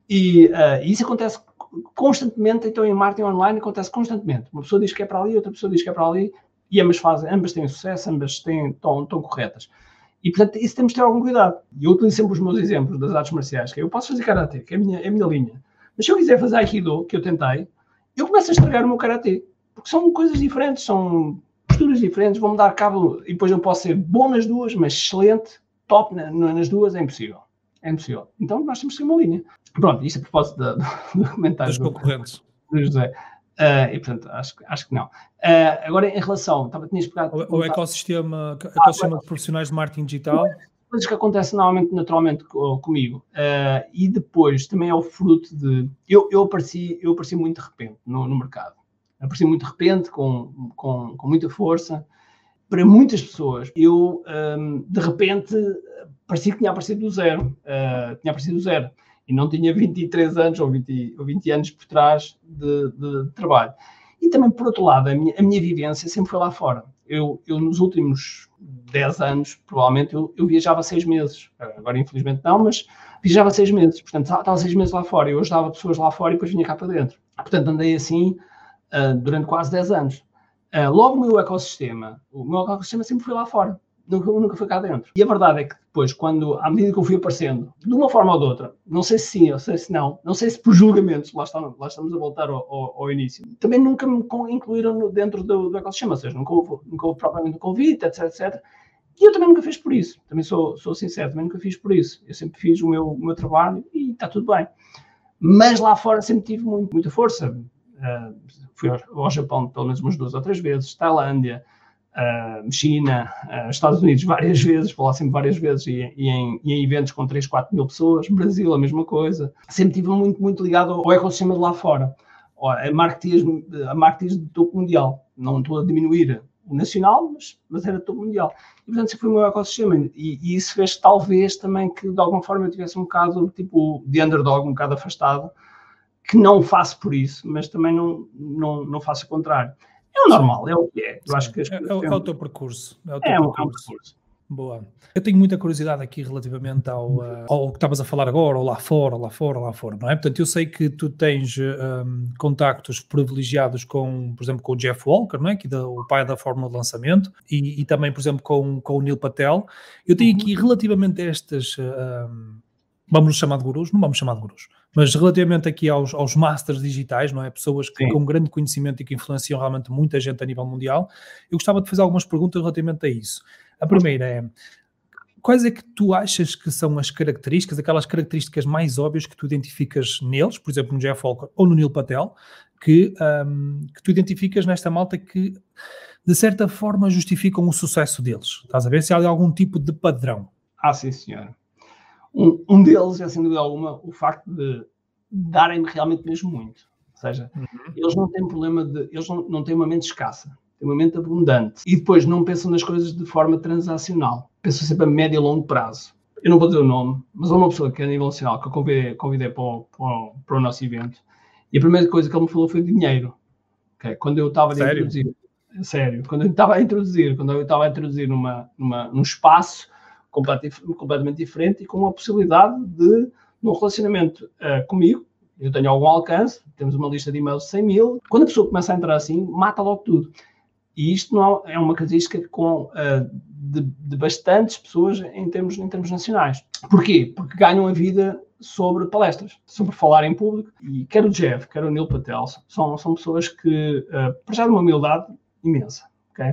E uh, isso acontece constantemente, então em marketing online acontece constantemente. Uma pessoa diz que é para ali, outra pessoa diz que é para ali, e ambas fazem, ambas têm sucesso, ambas têm, estão, estão corretas. E, portanto, isso temos de ter algum cuidado. E eu utilizo sempre os meus exemplos das artes marciais, que eu posso fazer karatê, que é a minha, é a minha linha. Mas se eu quiser fazer aikido, que eu tentei, eu começo a estragar o meu karatê. Porque são coisas diferentes, são posturas diferentes, vão-me dar cabo, e depois eu posso ser bom nas duas, mas excelente, top nas duas, é impossível. É impossível. Então, nós temos que ter uma linha. Pronto, isto a propósito do, do comentário dos concorrentes. Do, do José. Uh, e, portanto, acho, acho que não. Uh, agora, em relação... Estava, tinhas pegado, o, o ecossistema, ah, ecossistema de profissionais de marketing digital... Coisas que acontecem normalmente, naturalmente comigo. Uh, e depois, também é o fruto de... Eu, eu, apareci, eu apareci muito de repente no, no mercado. Apareci muito de repente, com, com, com muita força. para muitas pessoas, eu, um, de repente, parecia que tinha aparecido do zero. Uh, tinha aparecido do zero. E não tinha vinte e três anos ou vinte, ou vinte anos por trás de, de, de trabalho. E também, por outro lado, a minha, a minha vivência sempre foi lá fora. Eu, eu nos últimos dez anos, provavelmente, eu, eu viajava seis meses. Agora, infelizmente, não, mas viajava seis meses. Portanto, estava seis meses lá fora. Eu ajudava pessoas lá fora e depois vinha cá para dentro. Portanto, andei assim uh, durante quase dez anos. Uh, logo o meu ecossistema, o meu ecossistema sempre foi lá fora, nunca, nunca foi cá dentro. E a verdade é que depois, quando, à medida que eu fui aparecendo, de uma forma ou de outra, não sei se sim, não sei se não, não sei se por julgamentos, lá, está, lá estamos a voltar ao, ao, ao início, também nunca me incluíram dentro do, do ecossistema, ou seja, nunca houve, nunca houve propriamente um convite, etc, etcétera. E eu também nunca fiz por isso, também sou, sou sincero, também nunca fiz por isso. Eu sempre fiz o meu, o meu trabalho e está tudo bem. Mas lá fora sempre tive muito, muita força. Uh, fui ao, ao Japão pelo menos umas duas ou três vezes, Tailândia, uh, China, uh, Estados Unidos várias vezes, vou lá sempre várias vezes, e, e, em, e em eventos com três, quatro mil pessoas, Brasil a mesma coisa. Sempre estive muito, muito ligado ao ecossistema de lá fora, a marketing, a marketing de topo mundial. Não estou a diminuir o nacional, mas, mas era de topo mundial. E portanto sempre foi o meu ecossistema, e, e isso fez talvez também que de alguma forma eu tivesse um bocado tipo de underdog, um bocado afastado, que não faço por isso, mas também não, não, não faço o contrário. É o normal, é o que é. Eu acho que as é, é, sempre... é o teu percurso. É o teu é, percurso. É um percurso. Boa. Eu tenho muita curiosidade aqui relativamente ao, uh, ao que estavas a falar agora, ou lá fora, lá fora, lá fora, não é? Portanto, eu sei que tu tens um, contactos privilegiados com, por exemplo, com o Jeff Walker, não é? Que é o pai da fórmula de lançamento, e, e também, por exemplo, com, com o Neil Patel. Eu tenho aqui, relativamente a estas... Um, vamos chamar de gurus? Não vamos chamar de gurus. Mas relativamente aqui aos, aos masters digitais, não é? Pessoas que, com grande conhecimento e que influenciam realmente muita gente a nível mundial, eu gostava de fazer algumas perguntas relativamente a isso. A primeira é, quais é que tu achas que são as características, aquelas características mais óbvias que tu identificas neles, por exemplo, no Jeff Walker ou no Neil Patel, que, um, que tu identificas nesta malta que, de certa forma, justificam o sucesso deles? Estás a ver se há algum tipo de padrão? Ah, sim, senhora. Um, um deles é, sem dúvida alguma, o facto de darem-me realmente mesmo muito. Ou seja, uhum. eles não têm problema de... Eles não, não têm uma mente escassa, têm uma mente abundante. E depois não pensam nas coisas de forma transacional. Pensam sempre a médio e longo prazo. Eu não vou dizer o nome, mas há uma pessoa que é a nível nacional que eu convidei, convidei para, o, para, o, para o nosso evento. E a primeira coisa que ele me falou foi dinheiro. Okay? Quando eu estava a introduzir... Sério. Quando eu estava a introduzir, quando eu estava a introduzir numa, numa, num espaço completamente diferente e com a possibilidade de, num relacionamento uh, comigo, eu tenho algum alcance, temos uma lista de e-mails de cem mil, quando a pessoa começa a entrar assim, mata logo tudo. E isto não é uma característica com, uh, de, de bastantes pessoas em termos, em termos nacionais. Porquê? Porque ganham a vida sobre palestras, sobre falar em público, e quer o Jeff, quer o Neil Patel, são, são pessoas que, uh, para já de uma humildade imensa, okay?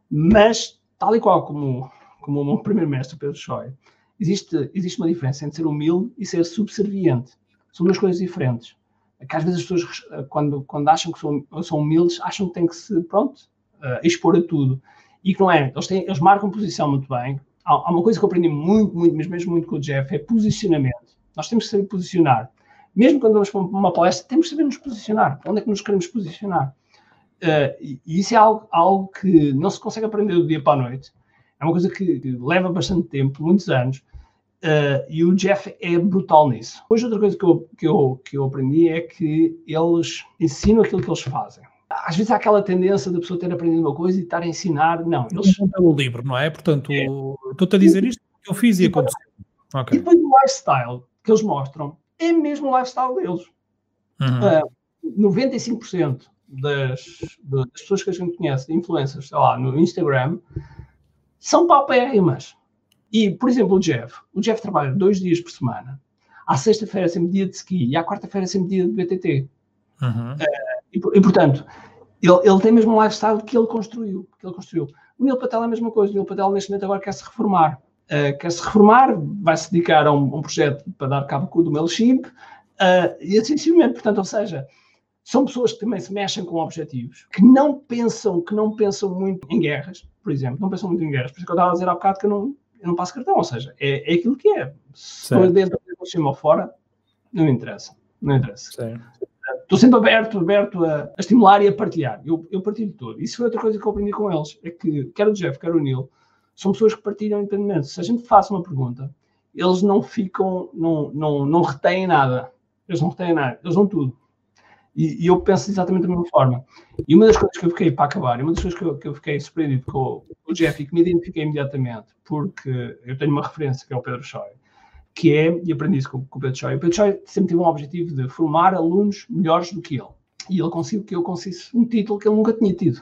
Mas, tal e qual como... como o meu primeiro mestre, Pedro Choi, existe, existe uma diferença entre ser humilde e ser subserviente. São duas coisas diferentes. Que às vezes as pessoas, quando, quando acham que são, são humildes, acham que têm que se, pronto, uh, expor a tudo. E que não é. Eles, têm, eles marcam posição muito bem. Há, há uma coisa que eu aprendi muito, muito, mas mesmo muito com o Jeff, é posicionamento. Nós temos que saber posicionar. Mesmo quando vamos para uma palestra, temos que saber nos posicionar. Onde é que nos queremos posicionar? Uh, e, e isso é algo, algo que não se consegue aprender do dia para a noite. É uma coisa que, que leva bastante tempo, muitos anos, uh, e o Jeff é brutal nisso. Hoje, outra coisa que eu, que, eu, que eu aprendi é que eles ensinam aquilo que eles fazem. Às vezes há aquela tendência da pessoa ter aprendido uma coisa e estar a ensinar. Não, eles... É o livro, não é? Portanto, é. Estou-te a dizer isto que eu fiz e, e aconteceu. Okay. E depois o lifestyle que eles mostram é mesmo o lifestyle deles. Uhum. Uh, noventa e cinco por cento das, das pessoas que a gente conhece, influencers, sei lá, no Instagram, são paupérrimas. E, por exemplo, o Jeff. O Jeff trabalha dois dias por semana. À sexta-feira é sempre dia de ski e à quarta-feira é sempre dia de B T T. Uhum. Uh, e, e, portanto, ele, ele tem mesmo um lifestyle que ele construiu. Que ele construiu. O Neil Patel é a mesma coisa. O Neil Patel, neste momento, agora quer-se reformar. Uh, quer-se reformar, vai-se dedicar a um, um projeto para dar cabo do MailChimp. Uh, e assim, simplesmente, portanto, ou seja... São pessoas que também se mexem com objetivos, que não pensam, que não pensam muito em guerras, por exemplo, não pensam muito em guerras. Por isso que eu estava a dizer há bocado que eu não, eu não passo cartão, ou seja, é, é aquilo que é. Se estou dentro, ou fora, não interessa. Não interessa. Certo. estou sempre aberto, aberto a, a estimular e a partilhar. Eu, eu partilho tudo. Isso foi outra coisa que eu aprendi com eles. É que, quer o Jeff, quer o Neil, são pessoas que partilham independentemente. Se a gente faz uma pergunta, eles não ficam, não, não, não retêm nada. Eles não retêm nada. Eles dão tudo. E, e eu penso exatamente da mesma forma. E uma das coisas que eu fiquei, para acabar, uma das coisas que eu, que eu fiquei surpreendido com o Jeff e que me identifiquei imediatamente, porque eu tenho uma referência que é o Pedro Choi, que é, e aprendi isso com, com o Pedro Choi, o Pedro Choi sempre teve um objetivo de formar alunos melhores do que ele. E ele conseguiu que eu conseguisse um título que ele nunca tinha tido.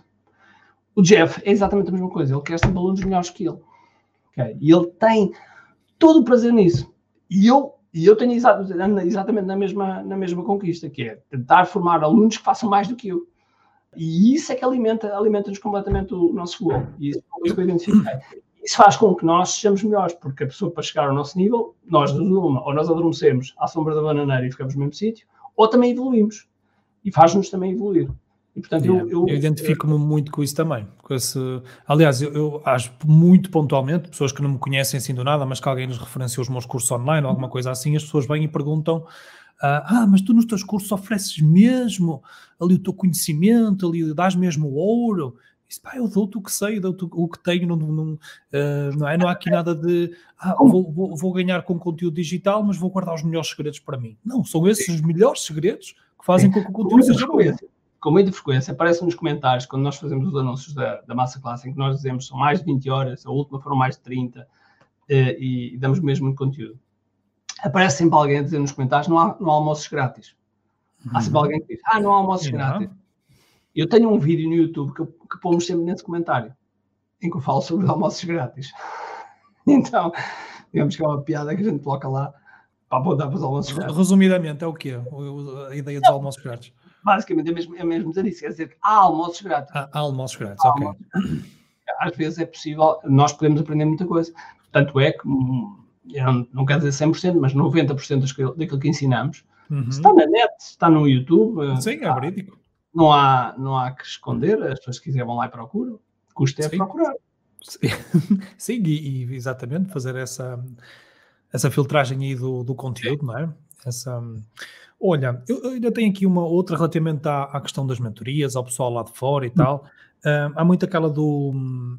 O Jeff é exatamente a mesma coisa. Ele quer sempre alunos melhores que ele. Okay? E ele tem todo o prazer nisso. E eu, e eu tenho exa- exatamente na mesma, na mesma conquista, que é tentar formar alunos que façam mais do que eu. E isso é que alimenta, alimenta-nos completamente o nosso gol. E isso é uma coisa que eu identifiquei. Isso faz com que nós sejamos melhores, porque a pessoa, para chegar ao nosso nível, nós, uma, ou nós adormecemos à sombra da bananeira e ficamos no mesmo sítio, ou também evoluímos. E faz-nos também evoluir. E, portanto, yeah, eu, eu, eu identifico-me muito com isso também. Com esse, aliás, eu, eu acho muito pontualmente, pessoas que não me conhecem assim do nada, mas que alguém nos referenciou os meus cursos online ou alguma coisa assim, as pessoas vêm e perguntam: ah, mas tu nos teus cursos ofereces mesmo ali o teu conhecimento, ali dás mesmo ouro. Isso, pá, eu dou-te o que sei, dou-te o que tenho, não, não, uh, não, é? Não há aqui nada de ah, vou, vou, vou ganhar com conteúdo digital, mas vou guardar os melhores segredos para mim. Não, são esses Sim. os melhores segredos que fazem com que o conteúdo seja bom. Com muita frequência aparece nos comentários, quando nós fazemos os anúncios da, da Masterclass, em que nós dizemos são mais de vinte horas, a última foram mais de trinta, uh, e, e damos mesmo muito conteúdo. Aparece sempre alguém a dizer nos comentários: não há, não há almoços grátis. Hum. Há sempre alguém que diz: ah, não há almoços grátis. Eu tenho um vídeo no YouTube que, que pomos sempre nesse comentário, em que eu falo sobre os almoços grátis. Então, digamos que é uma piada que a gente coloca lá para apontar para os almoços grátis. Resumidamente, é o quê? A ideia dos almoços grátis? Basicamente é mesmo, é mesmo dizer isso, quer dizer que há almoços grátis. Há, há almoços grátis, há ok. Almoços. Às vezes é possível, nós podemos aprender muita coisa. Tanto é que, não, não quero dizer cem por cento, mas noventa por cento daquilo que ensinamos uhum. está na net, está no YouTube. Sim, é verídico. Não há, não há que esconder, as pessoas que quiserem vão lá e procuram. Custa é procurar. Sim, Sim e, e exatamente fazer essa, essa filtragem aí do, do conteúdo, não é? Essa, olha, eu, eu ainda tenho aqui uma outra relativamente à, à questão das mentorias, ao pessoal lá de fora e tal. Uh, há muito aquela do...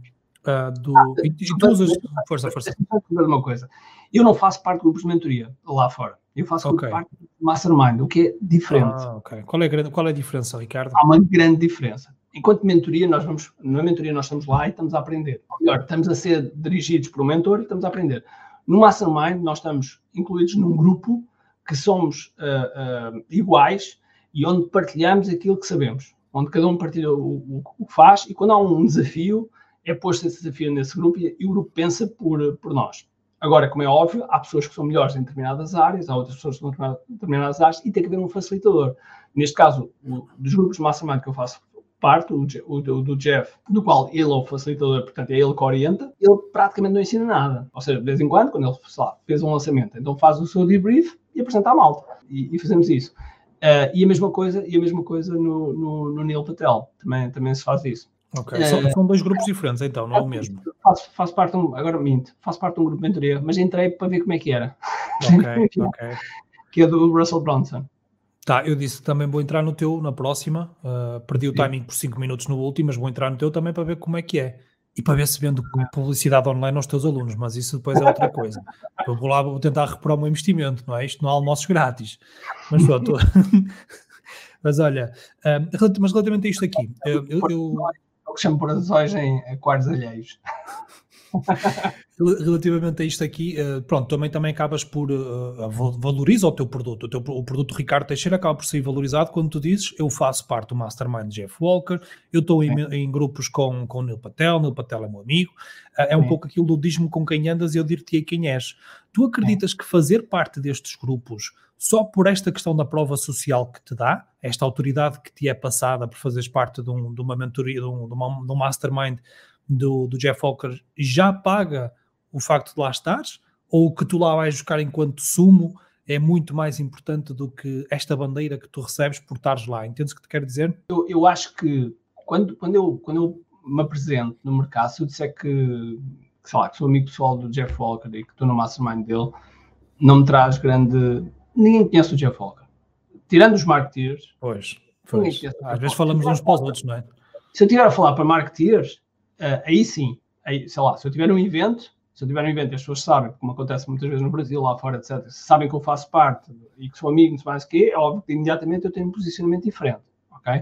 Uh, do ah, e, e tu usas... Força, força. Uma coisa. Eu não faço parte de grupos de mentoria lá fora. Eu faço okay. parte do Mastermind, o que é diferente. Ah, okay. qual, é, qual é a diferença, Ricardo? Há uma grande diferença. Enquanto mentoria, nós vamos, na mentoria nós estamos lá e estamos a aprender. Ou melhor, estamos a ser dirigidos por um mentor e estamos a aprender. No Mastermind, nós estamos incluídos num grupo que somos uh, uh, iguais e onde partilhamos aquilo que sabemos. Onde cada um partilha o, o que faz e quando há um desafio, é posto esse desafio nesse grupo e, e o grupo pensa por, por nós. Agora, como é óbvio, há pessoas que são melhores em determinadas áreas, há outras pessoas que são em determinadas áreas e tem que haver um facilitador. Neste caso, o, dos grupos de Mastermind que eu faço parte, o, o, o do Jeff, do qual ele é o facilitador, portanto é ele que orienta, ele praticamente não ensina nada. Ou seja, de vez em quando, quando ele lá, fez um lançamento, então faz o seu debrief e apresenta à malta. E, e fazemos isso. Uh, e a mesma coisa, e a mesma coisa no, no, no Neil Patel, também, também se faz isso. Ok, uh, são dois grupos diferentes então, não é o mesmo? Faço, faço parte de um, agora minto, faço parte de um grupo de mentoria, mas entrei para ver como é que era. Ok, ok. Que é do Russell Brunson. Tá, eu disse que também vou entrar no teu na próxima, uh, perdi o timing por cinco minutos no último, mas vou entrar no teu também para ver como é que é. E para ver se vendo publicidade online aos teus alunos, mas isso depois é outra coisa. Eu vou lá, vou tentar recuperar o meu investimento, não é? Isto não há almoços grátis. Mas pronto. Mas olha, uh, mas relativamente a isto aqui, eu... eu, eu o que chamo por azóis em aquários alheios. Relativamente a isto aqui, pronto, também, também acabas por uh, valoriza o teu produto. O, teu, o produto Ricardo Teixeira acaba por ser valorizado quando tu dizes: eu faço parte do Mastermind Jeff Walker, eu estou em, em grupos com, com o Neil Patel, Neil Patel é meu amigo. Uh, é um Sim. pouco aquilo do diz-me com quem andas e eu dir-te quem és. Tu acreditas Sim. que fazer parte destes grupos, só por esta questão da prova social que te dá, esta autoridade que te é passada por fazeres parte de, um, de uma mentoria, de um, de uma, de um Mastermind do, do Jeff Walker, já paga o facto de lá estares, ou o que tu lá vais buscar enquanto sumo é muito mais importante do que esta bandeira que tu recebes por estares lá? Entendes o que te quero dizer? Eu, eu acho que quando, quando, eu, quando eu me apresento no mercado, se eu disser que, que, sei lá, que sou amigo pessoal do Jeff Walker e que estou no Mastermind dele, não me traz grande... Ninguém conhece o Jeff Walker. tirando os marketeers... Pois, pois. Às vezes falamos uns para os outros, não é? Se eu estiver a falar para marketeers, uh, aí sim, aí, sei lá, se eu tiver um evento, se eu tiver um evento e as pessoas sabem, como acontece muitas vezes no Brasil, lá fora, etcétera, se sabem que eu faço parte e que sou amigo, não sei mais o quê, é óbvio que imediatamente eu tenho um posicionamento diferente, ok?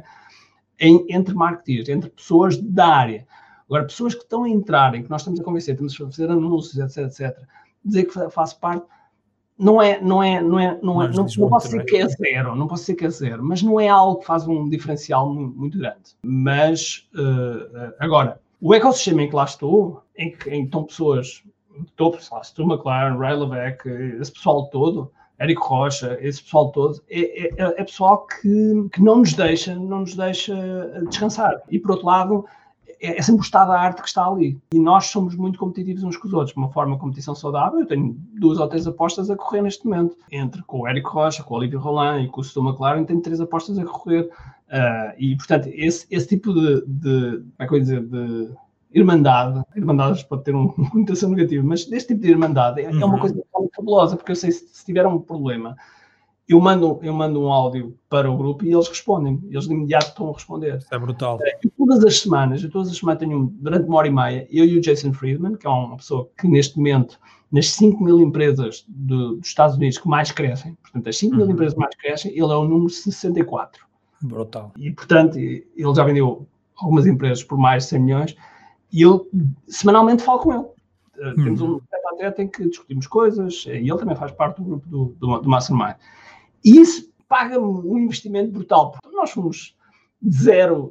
Em, entre marketeers, entre pessoas da área. Agora, pessoas que estão a entrar, em que nós estamos a convencer, estamos a fazer anúncios, etc, etcétera, dizer que faço parte, não é, não é, não é, não é, não, não, não posso dizer que é zero, não posso dizer que é zero, mas não é algo que faz um diferencial muito, muito grande. Mas, uh, agora, o ecossistema em que lá estou, em que, em que estão pessoas, topo, sei lá, Stu McLaren, Ray Levesque, esse pessoal todo, Érico Rocha, esse pessoal todo, é, é, é pessoal que, que não nos deixa, não nos deixa descansar. E, por outro lado, é sempre o estado da arte que está ali. E nós somos muito competitivos uns com os outros, de uma forma de competição saudável. Eu tenho duas ou três apostas a correr neste momento. Entre com o Érico Rocha, com o Olívio Roland e com o Stu McLaren, tenho três apostas a correr. Uh, e, portanto, esse, esse tipo de, de, como é que eu ia dizer, de irmandade, irmandade pode ter uma conotação negativa, mas este tipo de irmandade é, uhum. é uma coisa muito fabulosa, porque eu sei se, se tiver um problema, Eu mando, eu mando um áudio para o grupo e eles respondem. Eles de imediato estão a responder. Isso é brutal. Eu, todas as semanas, eu todas as semanas tenho, durante uma hora e meia, eu e o Jason Friedman, que é uma pessoa que neste momento, nas cinco mil empresas de, dos Estados Unidos que mais crescem, portanto, as cinco mil uhum. empresas que mais crescem, ele é o número sessenta e quatro. Brutal. E, portanto, ele já vendeu algumas empresas por mais de cem milhões e eu semanalmente falo com ele. Uhum. Temos um tete-a-tete em que discutimos coisas e ele também faz parte do grupo do, do, do Mastermind. E isso paga-me um investimento brutal, porque nós fomos de zero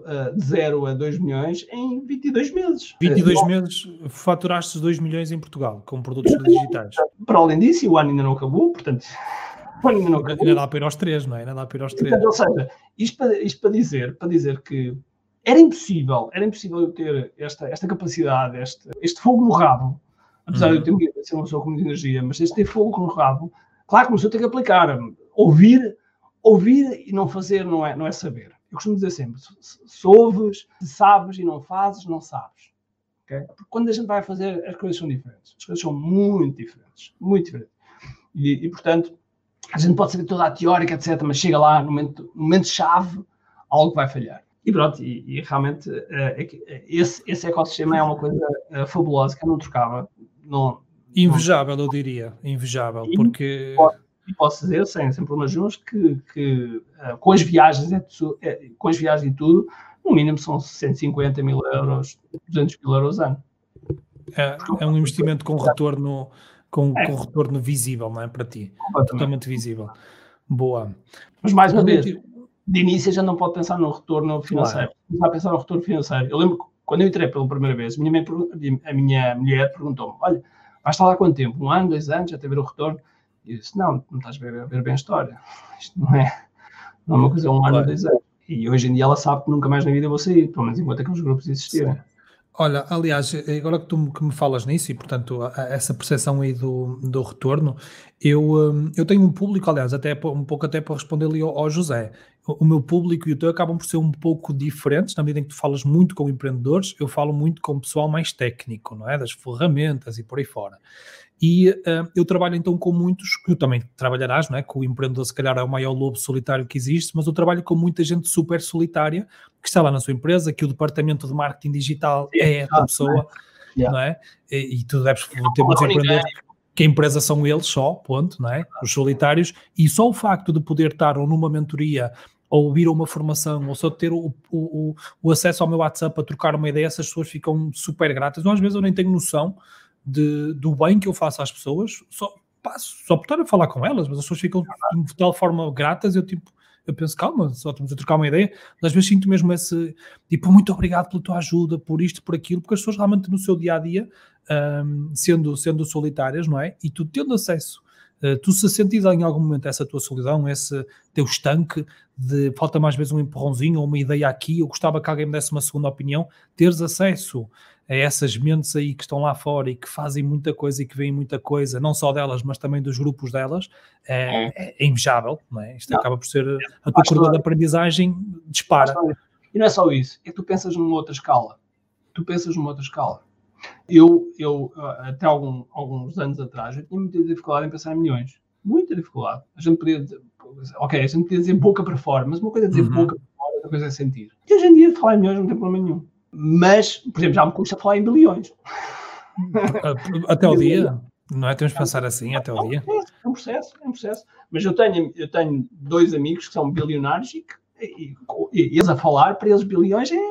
a dois milhões em vinte e dois meses. vinte e dois é, meses, faturaste dois milhões em Portugal, com produtos digitais. Para além disso, o ano ainda não acabou, portanto... O ano ainda não acabou. Ainda dá para ir aos três, não é? Ainda dá para ir aos três. Portanto, ou seja, isto para, isto para, dizer, para dizer que era impossível, era impossível eu ter esta, esta capacidade, este, este fogo no rabo, apesar uhum. de eu ter ser uma pessoa com muita energia, mas este ter fogo no rabo, claro que começou a ter que aplicar. Ouvir, ouvir e não fazer não é, não é saber. Eu costumo dizer sempre, se, se ouves, se sabes e não fazes, não sabes. Okay? Porque quando a gente vai fazer, as coisas são diferentes. As coisas são muito diferentes. Muito diferentes. E, e portanto, a gente pode saber toda a teórica, etcétera, mas chega lá, no momento, no momento-chave, algo vai falhar. E pronto, e, e realmente, uh, é que, esse, esse ecossistema é uma coisa uh, fabulosa que eu não trocava. Não, invejável, não... eu diria. Invejável, e porque... Pode, E posso dizer, sem, sem problemas nenhums, que, que uh, com as viagens é, é, com as viagens e tudo, no mínimo são cento e cinquenta mil euros, duzentos mil euros ano. É, é um investimento com retorno, com, é. com retorno visível, não é? Para ti. Totalmente visível. Boa. Mas mais uma vez, de início já não pode pensar no retorno financeiro. Claro. Começar a pensar no retorno financeiro. Eu lembro que quando eu entrei pela primeira vez, a minha, mãe, a minha mulher perguntou-me, olha, vais estar lá quanto tempo? Um ano, dois anos, até ver o retorno? E eu disse, não, não estás a ver, a ver bem a história. Isto não é, não é uma coisa, é um ano, claro. dois anos. E hoje em dia ela sabe que nunca mais na vida vou sair, pelo menos enquanto aqueles grupos existirem. Sim. Olha, aliás, agora que tu que me falas nisso, e portanto, essa percepção aí do, do retorno, eu, eu tenho um público, aliás, até um pouco até para responder ali ao, ao José. O meu público e o teu acabam por ser um pouco diferentes, na medida em que tu falas muito com empreendedores, eu falo muito com o pessoal mais técnico, não é? Das ferramentas e por aí fora. E uh, eu trabalho então com muitos, tu também trabalharás, não é? Que o empreendedor se calhar é o maior lobo solitário que existe, mas eu trabalho com muita gente super solitária que está lá na sua empresa, que o departamento de marketing digital é a tua pessoa, yeah. não é? E, e tu deves ter muitos empreendedores que a empresa são eles só, ponto, não é? Os solitários, e só o facto de poder estar ou numa mentoria ou ir a uma formação, ou só ter o, o, o acesso ao meu WhatsApp para trocar uma ideia, essas pessoas ficam super gratas. Ou às vezes eu nem tenho noção De, do bem que eu faço às pessoas, só, passo, só por estar a falar com elas, mas as pessoas ficam de tal forma gratas, eu tipo, eu penso, calma, só estamos a trocar uma ideia, mas às vezes sinto mesmo esse, tipo, muito obrigado pela tua ajuda, por isto, por aquilo, porque as pessoas realmente no seu dia-a-dia, um, sendo, sendo solitárias, não é? E tu tendo acesso, uh, tu se sentires em algum momento essa tua solidão, esse teu estanque, de falta mais vezes um empurrãozinho ou uma ideia aqui, eu gostava que alguém me desse uma segunda opinião, teres acesso a essas mentes aí que estão lá fora e que fazem muita coisa e que veem muita coisa, não só delas, mas também dos grupos delas, é, é. é invejável, não é? Isto não. Acaba por ser a tua curva de aprendizagem dispara. E não é só isso, é que tu pensas numa outra escala. Tu pensas numa outra escala. Eu, eu até algum, alguns anos atrás, eu tinha muita dificuldade em pensar em milhões. muita dificuldade. A gente podia dizer, ok, a gente podia dizer boca para fora, mas uma coisa é dizer uhum. boca para fora, outra coisa é sentir. E hoje em dia falar em milhões não tem problema nenhum. Mas, por exemplo, já me custa falar em bilhões. Até o dia, não é? Temos que pensar assim, até o dia. É um processo, é um processo. Mas eu tenho, eu tenho dois amigos que são bilionários e, e, e, e eles a falar, para eles bilhões é,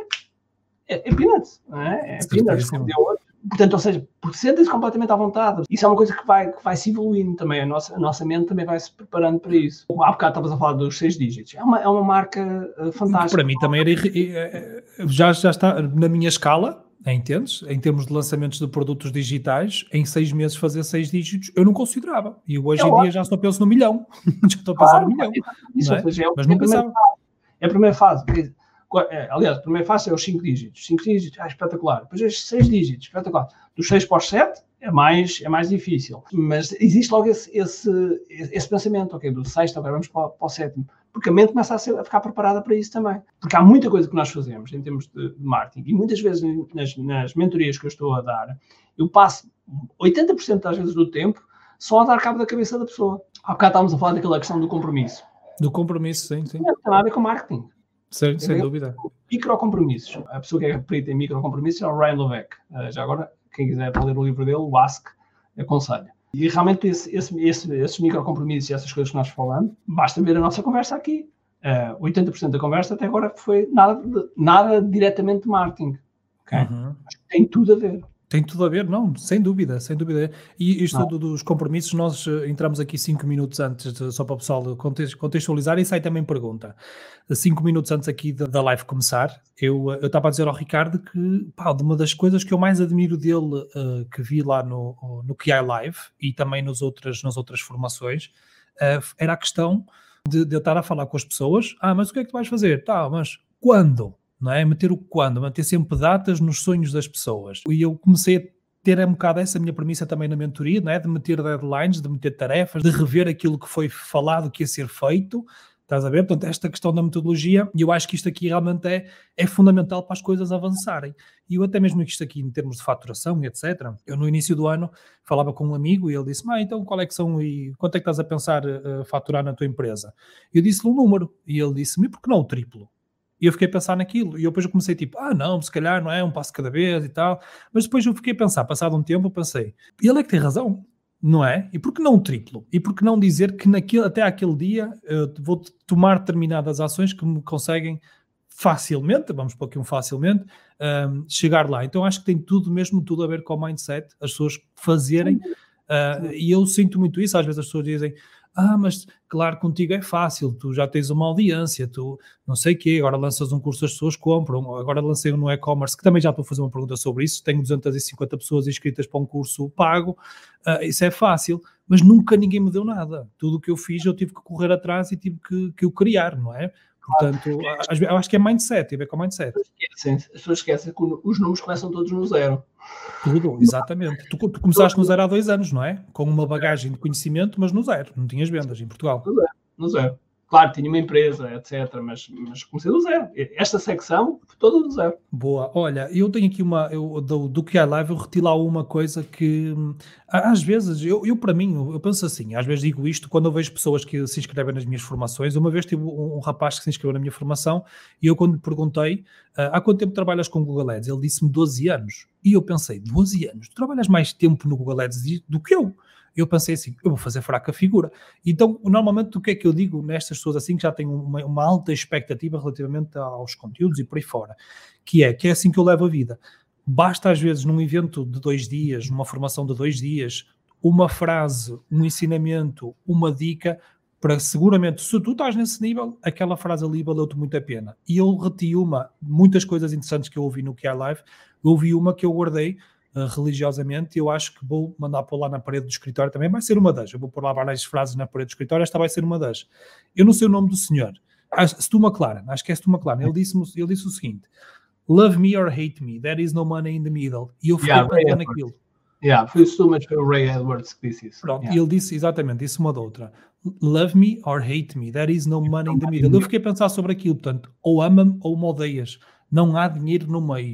é, é peanuts, não é? É peanuts. Portanto, ou seja, porque sentem-se completamente à vontade. Isso é uma coisa que vai, que vai se evoluindo também. A nossa, a nossa mente também vai se preparando para isso. Há bocado estavas a falar dos seis dígitos. É uma, é uma marca uh, fantástica. Para mim também era, já, já está na minha escala, entendes? Em termos de lançamentos de produtos digitais, em seis meses fazer seis dígitos, eu não considerava. E hoje é em dia já só penso no milhão. Já estou a pensar claro, no milhão. Isso, não é? Ou seja, é Mas não pensava. É a primeira fase. Aliás, a primeira fase é os cinco dígitos. cinco dígitos, ah, espetacular. Depois os seis dígitos, espetacular. Dos seis para os sete é mais, é mais difícil. Mas existe logo esse, esse, esse pensamento, ok, do sexto, agora vamos para, para o sétimo. Porque a mente começa a, ser, a ficar preparada para isso também. Porque há muita coisa que nós fazemos em termos de, de marketing. E muitas vezes nas, nas mentorias que eu estou a dar, eu passo oitenta por cento das vezes do tempo só a dar cabo da cabeça da pessoa. Há bocado estávamos a falar daquela questão do compromisso. Do compromisso, sim, sim. Não tem nada a ver com marketing. Sem, sem dúvida. Microcompromissos. A pessoa que é perita em microcompromissos é o Ryan Loveck. Uh, já agora, quem quiser ler o livro dele, o Ask, aconselho. E realmente esse, esse, esse, esses microcompromissos e essas coisas que nós falamos, basta ver a nossa conversa aqui. Uh, oitenta por cento da conversa até agora foi nada, nada diretamente de marketing. Okay? Uhum. Tem tudo a ver. Tem tudo a ver, não, sem dúvida, sem dúvida. E isto não. dos compromissos, nós entramos aqui cinco minutos antes, de, só para o pessoal contextualizar, e sai também pergunta. Cinco minutos antes aqui da, da live começar, eu, eu estava a dizer ao Ricardo que, pá, uma das coisas que eu mais admiro dele, uh, que vi lá no, no Q I Live, e também nos outras, nas outras formações, uh, era a questão de, de eu estar a falar com as pessoas, ah, mas o que é que tu vais fazer? Tá, mas quando? Não é? Meter o quando, manter sempre datas nos sonhos das pessoas. E eu comecei a ter um bocado essa minha premissa também na mentoria, não é? De meter deadlines, de meter tarefas, de rever aquilo que foi falado que ia ser feito, estás a ver? Portanto, esta questão da metodologia, e eu acho que isto aqui realmente é, é fundamental para as coisas avançarem. E eu até mesmo isto aqui em termos de faturação e etcétera, eu no início do ano falava com um amigo e ele disse, ah, então qual é que são e quanto é que estás a pensar uh, faturar na tua empresa? Eu disse-lhe um número e ele disse-me, por que não o triplo? E eu fiquei a pensar naquilo, e eu depois eu comecei tipo, ah não, se calhar não é um passo cada vez e tal, mas depois eu fiquei a pensar, passado um tempo eu pensei, ele é que tem razão, não é? E por que não o triplo? E por que não dizer que naquele, até aquele dia eu vou tomar determinadas ações que me conseguem facilmente, vamos pôr aqui um facilmente, um, chegar lá. Então acho que tem tudo mesmo, tudo a ver com o mindset, as pessoas fazerem, uh, e eu sinto muito isso, às vezes as pessoas dizem, ah, mas claro, contigo é fácil, tu já tens uma audiência, tu não sei o quê, agora lanças um curso, as pessoas compram, agora lancei um no e-commerce, que também já estou a fazer uma pergunta sobre isso, tenho duzentas e cinquenta pessoas inscritas para um curso pago, uh, isso é fácil, mas nunca ninguém me deu nada. Tudo o que eu fiz eu tive que correr atrás e tive que, que o criar, não é? Portanto, eu acho que é mindset, tem a ver com mindset. As pessoas esquecem que os números começam todos no zero. Tudo, exatamente. Tu, tu começaste no zero há dois anos, não é? Com uma bagagem de conhecimento, mas no zero. Não tinhas vendas em Portugal. No zero, no zero. Claro, tinha uma empresa, etcétera, mas, mas comecei do zero. Esta secção foi toda do zero. Boa. Olha, eu tenho aqui uma... Eu, do, do Q I Live eu reti lá uma coisa que... Às vezes, eu, eu para mim, eu penso assim, às vezes digo isto quando eu vejo pessoas que se inscrevem nas minhas formações. Uma vez tive um, um rapaz que se inscreveu na minha formação e eu quando lhe perguntei uh, há quanto tempo trabalhas com Google Ads? Ele disse-me doze anos. E eu pensei, doze anos? Tu trabalhas mais tempo no Google Ads do que eu? Eu pensei assim, eu vou fazer fraca figura. Então, normalmente, o que é que eu digo nestas pessoas assim que já têm uma, uma alta expectativa relativamente aos conteúdos e por aí fora? Que é, que é assim que eu levo a vida. Basta às vezes num evento de dois dias, numa formação de dois dias, uma frase, um ensinamento, uma dica, para seguramente, se tu estás nesse nível, aquela frase ali valeu-te muito a pena. E eu reti uma, muitas coisas interessantes que eu ouvi no Q I Live, eu ouvi uma que eu guardei, Uh, religiosamente, eu acho que vou mandar pôr lá na parede do escritório também, vai ser uma das, eu vou pôr lá várias frases na parede do escritório, esta vai ser uma das. Eu não sei o nome do senhor, Stu McLaren, acho que é Stu McLaren, ele disse, ele disse o seguinte, love me or hate me, there is no money in the middle, e eu fiquei yeah, pensando naquilo. Yeah, foi o Stu, mas foi o Ray Edwards que disse isso. Pronto, yeah. E ele disse exatamente, disse uma da outra, love me or hate me, there is no money in the middle. Eu fiquei a pensar sobre aquilo, portanto, ou ama-me ou me odeias, não há dinheiro no meio.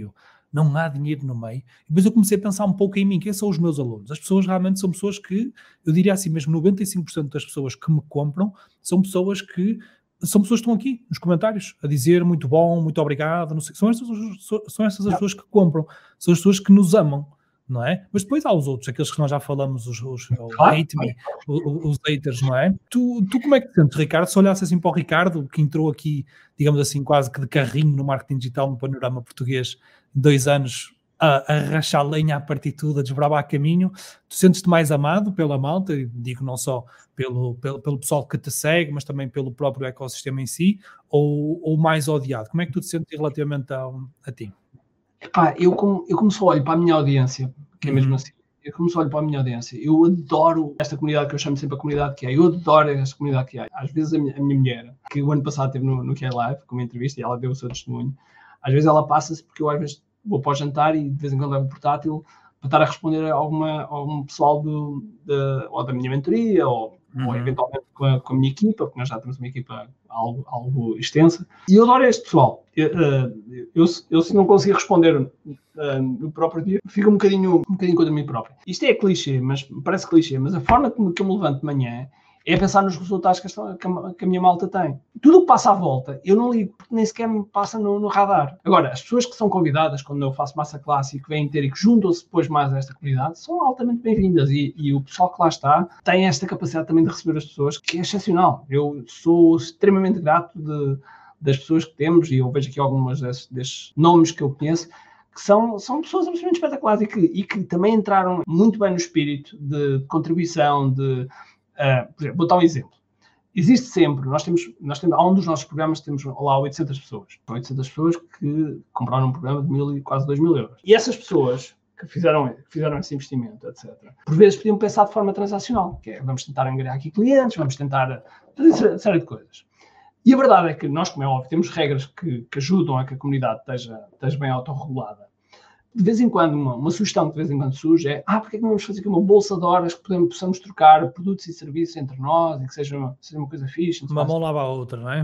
não há dinheiro no meio. E depois eu comecei a pensar um pouco em mim, quem são os meus alunos? As pessoas realmente são pessoas que, eu diria assim mesmo, noventa e cinco por cento das pessoas que me compram são pessoas que são pessoas que estão aqui nos comentários a dizer muito bom, muito obrigado, não sei. São estas, são estas as pessoas que compram, são as pessoas que nos amam, não é? Mas depois há os outros, aqueles que nós já falamos, os, os, os hate me, os, os haters, não é? Tu, tu como é que te sentes, Ricardo? Se olhasse assim para o Ricardo, que entrou aqui, digamos assim, quase que de carrinho no marketing digital no panorama português, dois anos a, a rachar lenha a partir de tudo, a desbravar caminho, tu sentes-te mais amado pela malta, digo não só pelo, pelo, pelo pessoal que te segue, mas também pelo próprio ecossistema em si, ou, ou mais odiado? Como é que tu te sentes relativamente a, a ti? Epá, eu, como, eu como só olho para a minha audiência, que é mesmo Uhum. assim, eu como só olho para a minha audiência, eu adoro esta comunidade que eu chamo sempre a comunidade que é, eu adoro esta comunidade que é. Às vezes a minha, a minha mulher, que o ano passado esteve no, no Q I Live, com uma entrevista, e ela deu o seu testemunho, às vezes ela passa-se porque eu às vezes vou para o jantar e de vez em quando levo o portátil para estar a responder a alguma, algum pessoal do, de, ou da minha mentoria, ou, uhum. ou eventualmente com a, com a minha equipa, porque nós já temos uma equipa algo, algo extensa. E eu adoro este pessoal. Eu, eu, eu, eu se não conseguir responder uh, no próprio dia, fico um bocadinho, um bocadinho contra mim próprio. Isto é clichê, mas parece clichê, mas a forma que, que eu me levanto de manhã é pensar nos resultados que a, que a minha malta tem. Tudo o que passa à volta, eu não ligo, porque nem sequer me passa no, no radar. Agora, as pessoas que são convidadas, quando eu faço massa classe e que vêm ter e que juntam-se depois mais a esta comunidade, são altamente bem-vindas. E, e o pessoal que lá está tem esta capacidade também de receber as pessoas, que é excepcional. Eu sou extremamente grato de, das pessoas que temos, e eu vejo aqui algumas desses, desses nomes que eu conheço, que são, são pessoas absolutamente espetaculares e que, e que também entraram muito bem no espírito de contribuição, de... Uh, por exemplo, vou dar um exemplo. Existe sempre, nós temos, nós temos, há um dos nossos programas, temos lá oitocentas pessoas. oitocentas pessoas que compraram um programa de mil e quase dois mil euros. E essas pessoas que fizeram, que fizeram esse investimento, etcétera, por vezes podiam pensar de forma transacional, que é, vamos tentar angariar aqui clientes, vamos tentar fazer uma série de coisas. E a verdade é que nós, como é óbvio, temos regras que, que ajudam a que a comunidade esteja, esteja bem autorregulada. De vez em quando, uma, uma sugestão que de vez em quando surge é ah, porque é que não vamos fazer aqui uma bolsa de horas que podemos, possamos trocar produtos e serviços entre nós e que seja uma, seja uma coisa fixe? Uma mão lava a outra, não é?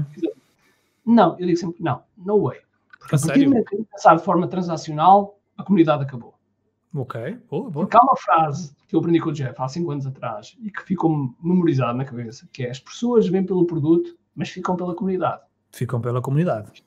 Não, eu digo sempre não, no way. Porque a partir do momento que pensar de forma transacional, a comunidade acabou. Ok, boa, boa. Porque há uma frase que eu aprendi com o Jeff há cinco anos atrás e que ficou memorizada na cabeça, que é as pessoas vêm pelo produto, mas ficam pela comunidade. Ficam pela comunidade.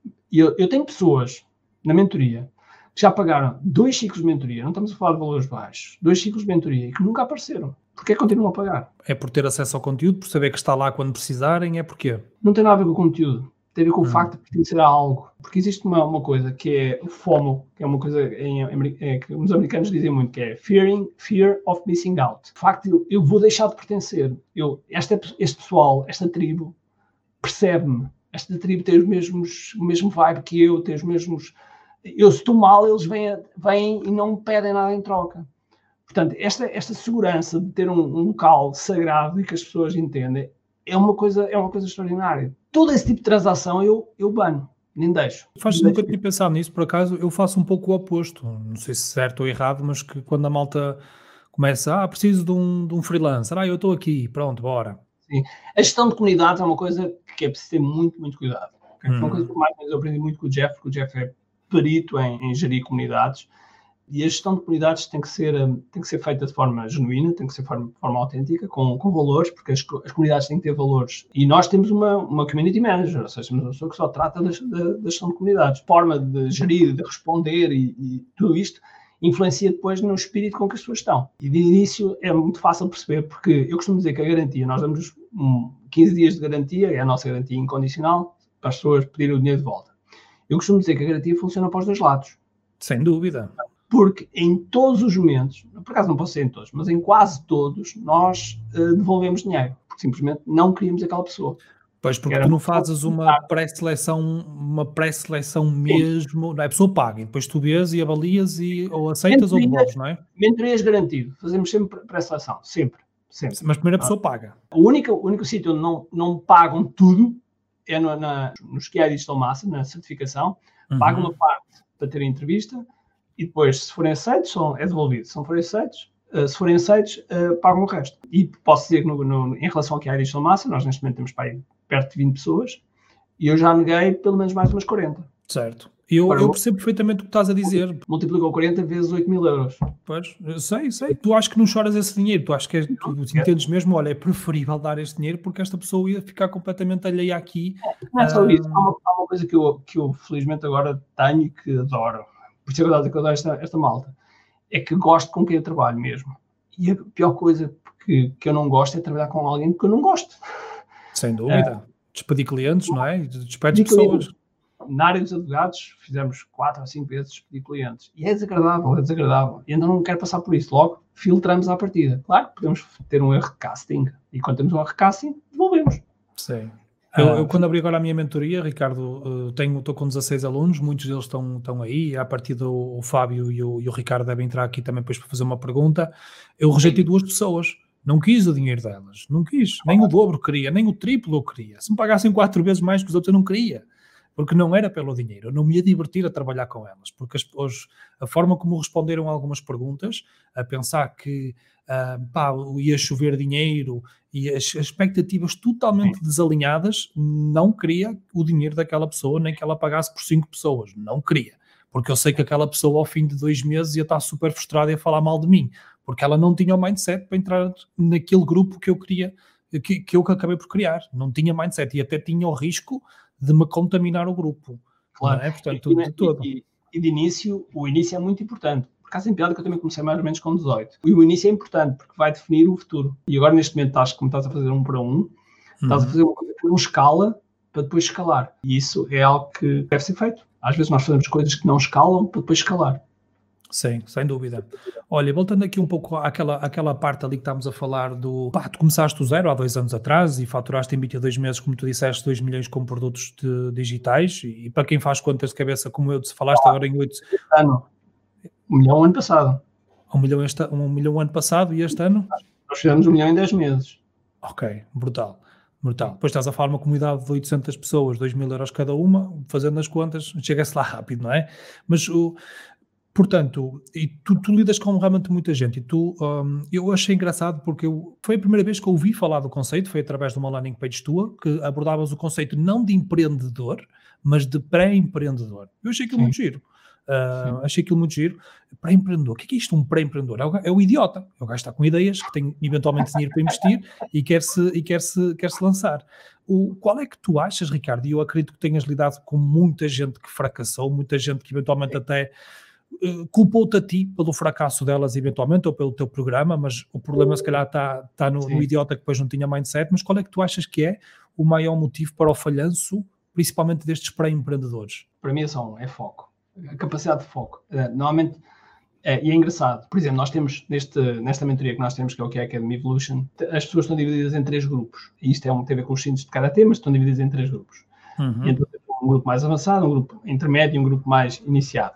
E eu, eu tenho pessoas na mentoria já pagaram dois ciclos de mentoria, não estamos a falar de valores baixos, dois ciclos de mentoria e que nunca apareceram. Porquê continuam a pagar? É por ter acesso ao conteúdo, por saber que está lá quando precisarem, é porquê? Não tem nada a ver com o conteúdo, tem a ver com hum. o facto de pertencer a algo. Porque existe uma, uma coisa que é o FOMO, que é uma coisa em, é, que os americanos dizem muito, que é fearing, Fear of Missing Out. O facto de eu, eu vou deixar de pertencer. Eu, esta, este pessoal, esta tribo, percebe-me. Esta tribo tem os mesmos, o mesmo vibe que eu, tem os mesmos... Eu, se estou mal, eles vêm, vêm e não me pedem nada em troca. Portanto, esta, esta segurança de ter um, um local sagrado e que as pessoas entendem é uma coisa, é uma coisa extraordinária. Todo esse tipo de transação eu, eu bano, nem deixo. Faz, nunca tinha pensado nisso, por acaso eu faço um pouco o oposto. Não sei se certo ou errado, mas que quando a malta começa, ah, preciso de um, de um freelancer, ah, eu estou aqui, pronto, bora. Sim. A gestão de comunidades é uma coisa que é preciso ter muito, muito cuidado. Okay? Hum. Uma coisa que mais eu aprendi muito com o Jeff, porque o Jeff é perito em, em gerir comunidades, e a gestão de comunidades tem que ser, tem que ser feita de forma genuína, tem que ser de forma, forma autêntica, com, com valores, porque as, as comunidades têm que ter valores. E nós temos uma, uma community manager, ou seja, uma pessoa que só trata da, da, da gestão de comunidades. A forma de gerir, de responder e, e tudo isto influencia depois no espírito com que as pessoas estão. E de início é muito fácil perceber, porque eu costumo dizer que a garantia, nós damos um, quinze dias de garantia, é a nossa garantia incondicional, para as pessoas pedirem o dinheiro de volta. Eu costumo dizer que a garantia funciona para os dois lados. Sem dúvida. Porque em todos os momentos, por acaso não posso ser em todos, mas em quase todos, nós uh, devolvemos dinheiro. Porque simplesmente não queríamos aquela pessoa. Pois, porque tu não fazes uma pré-seleção, uma pré-seleção mesmo, não é? A pessoa paga, e depois tu vês e avalias e ou aceitas ou devolves, não é? Mentorias garantido. Fazemos sempre pré-seleção. Sempre. sempre. Mas primeiro a pessoa ah. paga. O único, o único sítio onde não, não pagam tudo é no, na, nos Q I Digital Master, na certificação, uhum. pagam uma parte para ter a entrevista e depois, se forem aceitos, são, é devolvido. Se não forem aceitos, uh, se forem aceitos, uh, pagam o resto. E posso dizer que no, no, em relação ao Q I Digital Master, nós neste momento temos para aí perto de vinte pessoas e eu já neguei pelo menos mais umas quarenta. Certo. Eu, eu percebo perfeitamente o que estás a dizer. Multiplicou quarenta vezes oito mil euros. Pois, eu sei, sei. Tu achas que não choras esse dinheiro, tu achas que é, tu entendes mesmo, olha, é preferível dar este dinheiro porque esta pessoa ia ficar completamente alheia aqui. Não é só uh... isso, há uma, há uma coisa que eu, que eu felizmente agora tenho e que adoro, por isso é verdade que eu adoro esta, esta malta, é que gosto com quem eu trabalho mesmo. E a pior coisa que, que eu não gosto é trabalhar com alguém que eu não gosto. Sem dúvida. Uh, Despedir clientes, não é? Despedir pessoas. Na área dos advogados, fizemos quatro ou cinco vezes despedir clientes. E é desagradável, é desagradável. E ainda não quero passar por isso. Logo, filtramos à partida. Claro que podemos ter um erro de casting. E quando temos um erro de casting, devolvemos. Sim. Eu, eu quando abri agora a minha mentoria, Ricardo, tenho, estou com dezasseis alunos, muitos deles estão, estão aí. A partir do o Fábio e o, e o Ricardo devem entrar aqui também depois para fazer uma pergunta. Eu rejeitei duas pessoas. Não quis o dinheiro delas. Não quis. Nem o dobro queria, nem o triplo eu queria. Se me pagassem quatro vezes mais que os outros, eu não queria. Porque não era pelo dinheiro, eu não me ia divertir a trabalhar com elas, porque as, os, a forma como responderam a algumas perguntas, a pensar que uh, pá, ia chover dinheiro e as, as expectativas totalmente desalinhadas, não queria o dinheiro daquela pessoa, nem que ela pagasse por cinco pessoas, não queria, porque eu sei que aquela pessoa ao fim de dois meses ia estar super frustrada e a falar mal de mim, porque ela não tinha o mindset para entrar naquele grupo que eu queria, que, que eu acabei por criar, não tinha mindset e até tinha o risco de me contaminar o grupo. Claro. Não é? Portanto, e, de todo. E, e de início, o início é muito importante. Por acaso, em piada que eu também comecei mais ou menos com dezoito. E o início é importante, porque vai definir o futuro. E agora, neste momento, estás, como estás a fazer um para um, uhum. estás a fazer uma coisa que não escala para depois escalar. E isso é algo que deve ser feito. Às vezes nós fazemos coisas que não escalam para depois escalar. Sim, sem dúvida. Olha, voltando aqui um pouco àquela, àquela parte ali que estávamos a falar do... Pá, tu começaste do zero há dois anos atrás e faturaste em vinte e dois meses, como tu disseste, dois milhões com produtos de, digitais e, e para quem faz contas de cabeça como eu, te falaste ah, agora em oito... ano. Um milhão ano passado. Um milhão, este, um milhão ano passado e este ano? Nós fizemos um milhão em dez meses. Ok, brutal. Brutal. Depois estás a falar de uma comunidade de oitocentas pessoas, dois mil euros cada uma, fazendo as contas, chega-se lá rápido, não é? Mas o... Portanto, e tu, tu lidas com realmente muita gente e tu, um, eu achei engraçado porque eu, foi a primeira vez que eu ouvi falar do conceito, foi através de uma landing page tua, que abordavas o conceito não de empreendedor, mas de pré-empreendedor. Eu achei aquilo Sim. muito giro. Uh, achei aquilo muito giro. Pré-empreendedor, o que é, que é isto um pré-empreendedor? É o, é o idiota, é o gajo que está com ideias, que tem eventualmente dinheiro para investir e quer-se, e quer-se, quer-se lançar. O, qual é que tu achas, Ricardo? E eu acredito que tenhas lidado com muita gente que fracassou, muita gente que eventualmente até... culpou-te a ti pelo fracasso delas eventualmente ou pelo teu programa, mas o problema se calhar está tá no, no idiota que depois não tinha mindset, mas qual é que tu achas que é o maior motivo para o falhanço, principalmente destes pré-empreendedores? Para mim é só um, é foco, a capacidade de foco. Normalmente, é, e é engraçado, por exemplo, nós temos neste, nesta mentoria que nós temos, que é o que é a Academy Evolution, as pessoas estão divididas em três grupos, e isto é um, tem a ver com os síntese de cada tema, estão divididas em três grupos. Uhum. E então, um grupo mais avançado, um grupo intermédio e um grupo mais iniciado.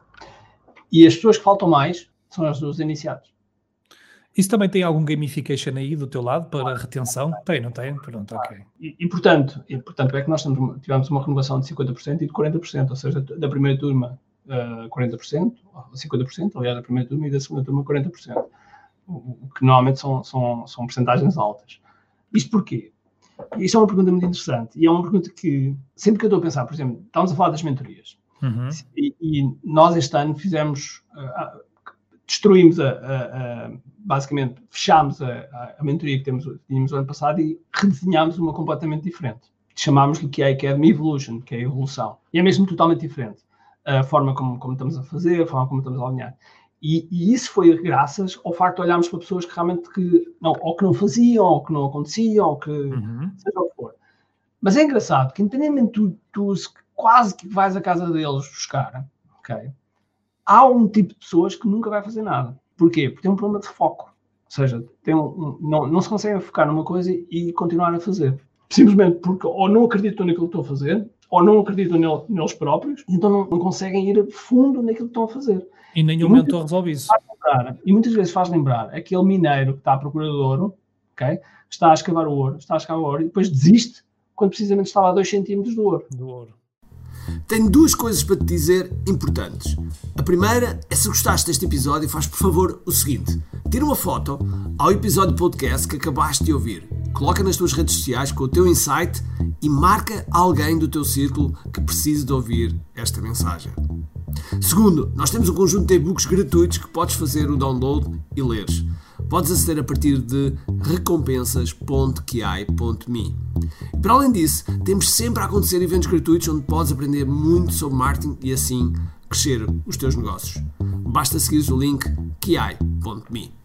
E as pessoas que faltam mais são as dos iniciados. Isso também tem algum gamification aí do teu lado para retenção? Tem, não tem? Pronto, ok. E, e, portanto, e portanto, é que nós temos, tivemos uma renovação de cinquenta por cento e de quarenta por cento, ou seja, da primeira turma uh, quarenta por cento, cinquenta por cento, aliás, da primeira turma e da segunda turma quarenta por cento, o, o que normalmente são, são, são percentagens altas. Isto porquê? Isto é uma pergunta muito interessante e é uma pergunta que, sempre que eu estou a pensar, por exemplo, estamos a falar das mentorias, Uhum. E, e nós este ano fizemos, uh, destruímos, a, a, a, basicamente fechámos a, a mentoria que temos, tínhamos o ano passado e redesenhámos uma completamente diferente. Chamámos-lhe que é a Academy Evolution, que é a evolução. E é mesmo totalmente diferente. A forma como, como estamos a fazer, a forma como estamos a alinhar. E, e isso foi graças ao facto de olharmos para pessoas que realmente que, não, ou que não faziam, ou que não aconteciam, ou que uhum. seja o que for. Mas é engraçado que independentemente de tu, tu quase que vais à casa deles buscar, ok? Há um tipo de pessoas que nunca vai fazer nada. Porquê? Porque tem um problema de foco. Ou seja, tem um, um, não, não se conseguem focar numa coisa e continuar a fazer. Simplesmente porque ou não acreditam naquilo que estão a fazer, ou não acreditam nel, neles próprios, então não, não conseguem ir fundo naquilo que estão a fazer. E nenhum mentor resolve isso. Lembrar, e muitas vezes faz lembrar aquele mineiro que está à procura de ouro, ok? Está a escavar o ouro, está a escavar o ouro e depois desiste quando precisamente estava a dois centímetros do ouro. Do ouro. Tenho duas coisas para te dizer importantes. A primeira é, se gostaste deste episódio, faz por favor o seguinte: tira uma foto ao episódio podcast que acabaste de ouvir, coloca nas tuas redes sociais com o teu insight e marca alguém do teu círculo que precise de ouvir esta mensagem. Segundo, nós temos um conjunto de e-books gratuitos que podes fazer o download e leres. Podes aceder a partir de recompensas ponto kiai ponto me. E para além disso, temos sempre a acontecer eventos gratuitos onde podes aprender muito sobre marketing e assim crescer os teus negócios. Basta seguir o link kiai ponto me.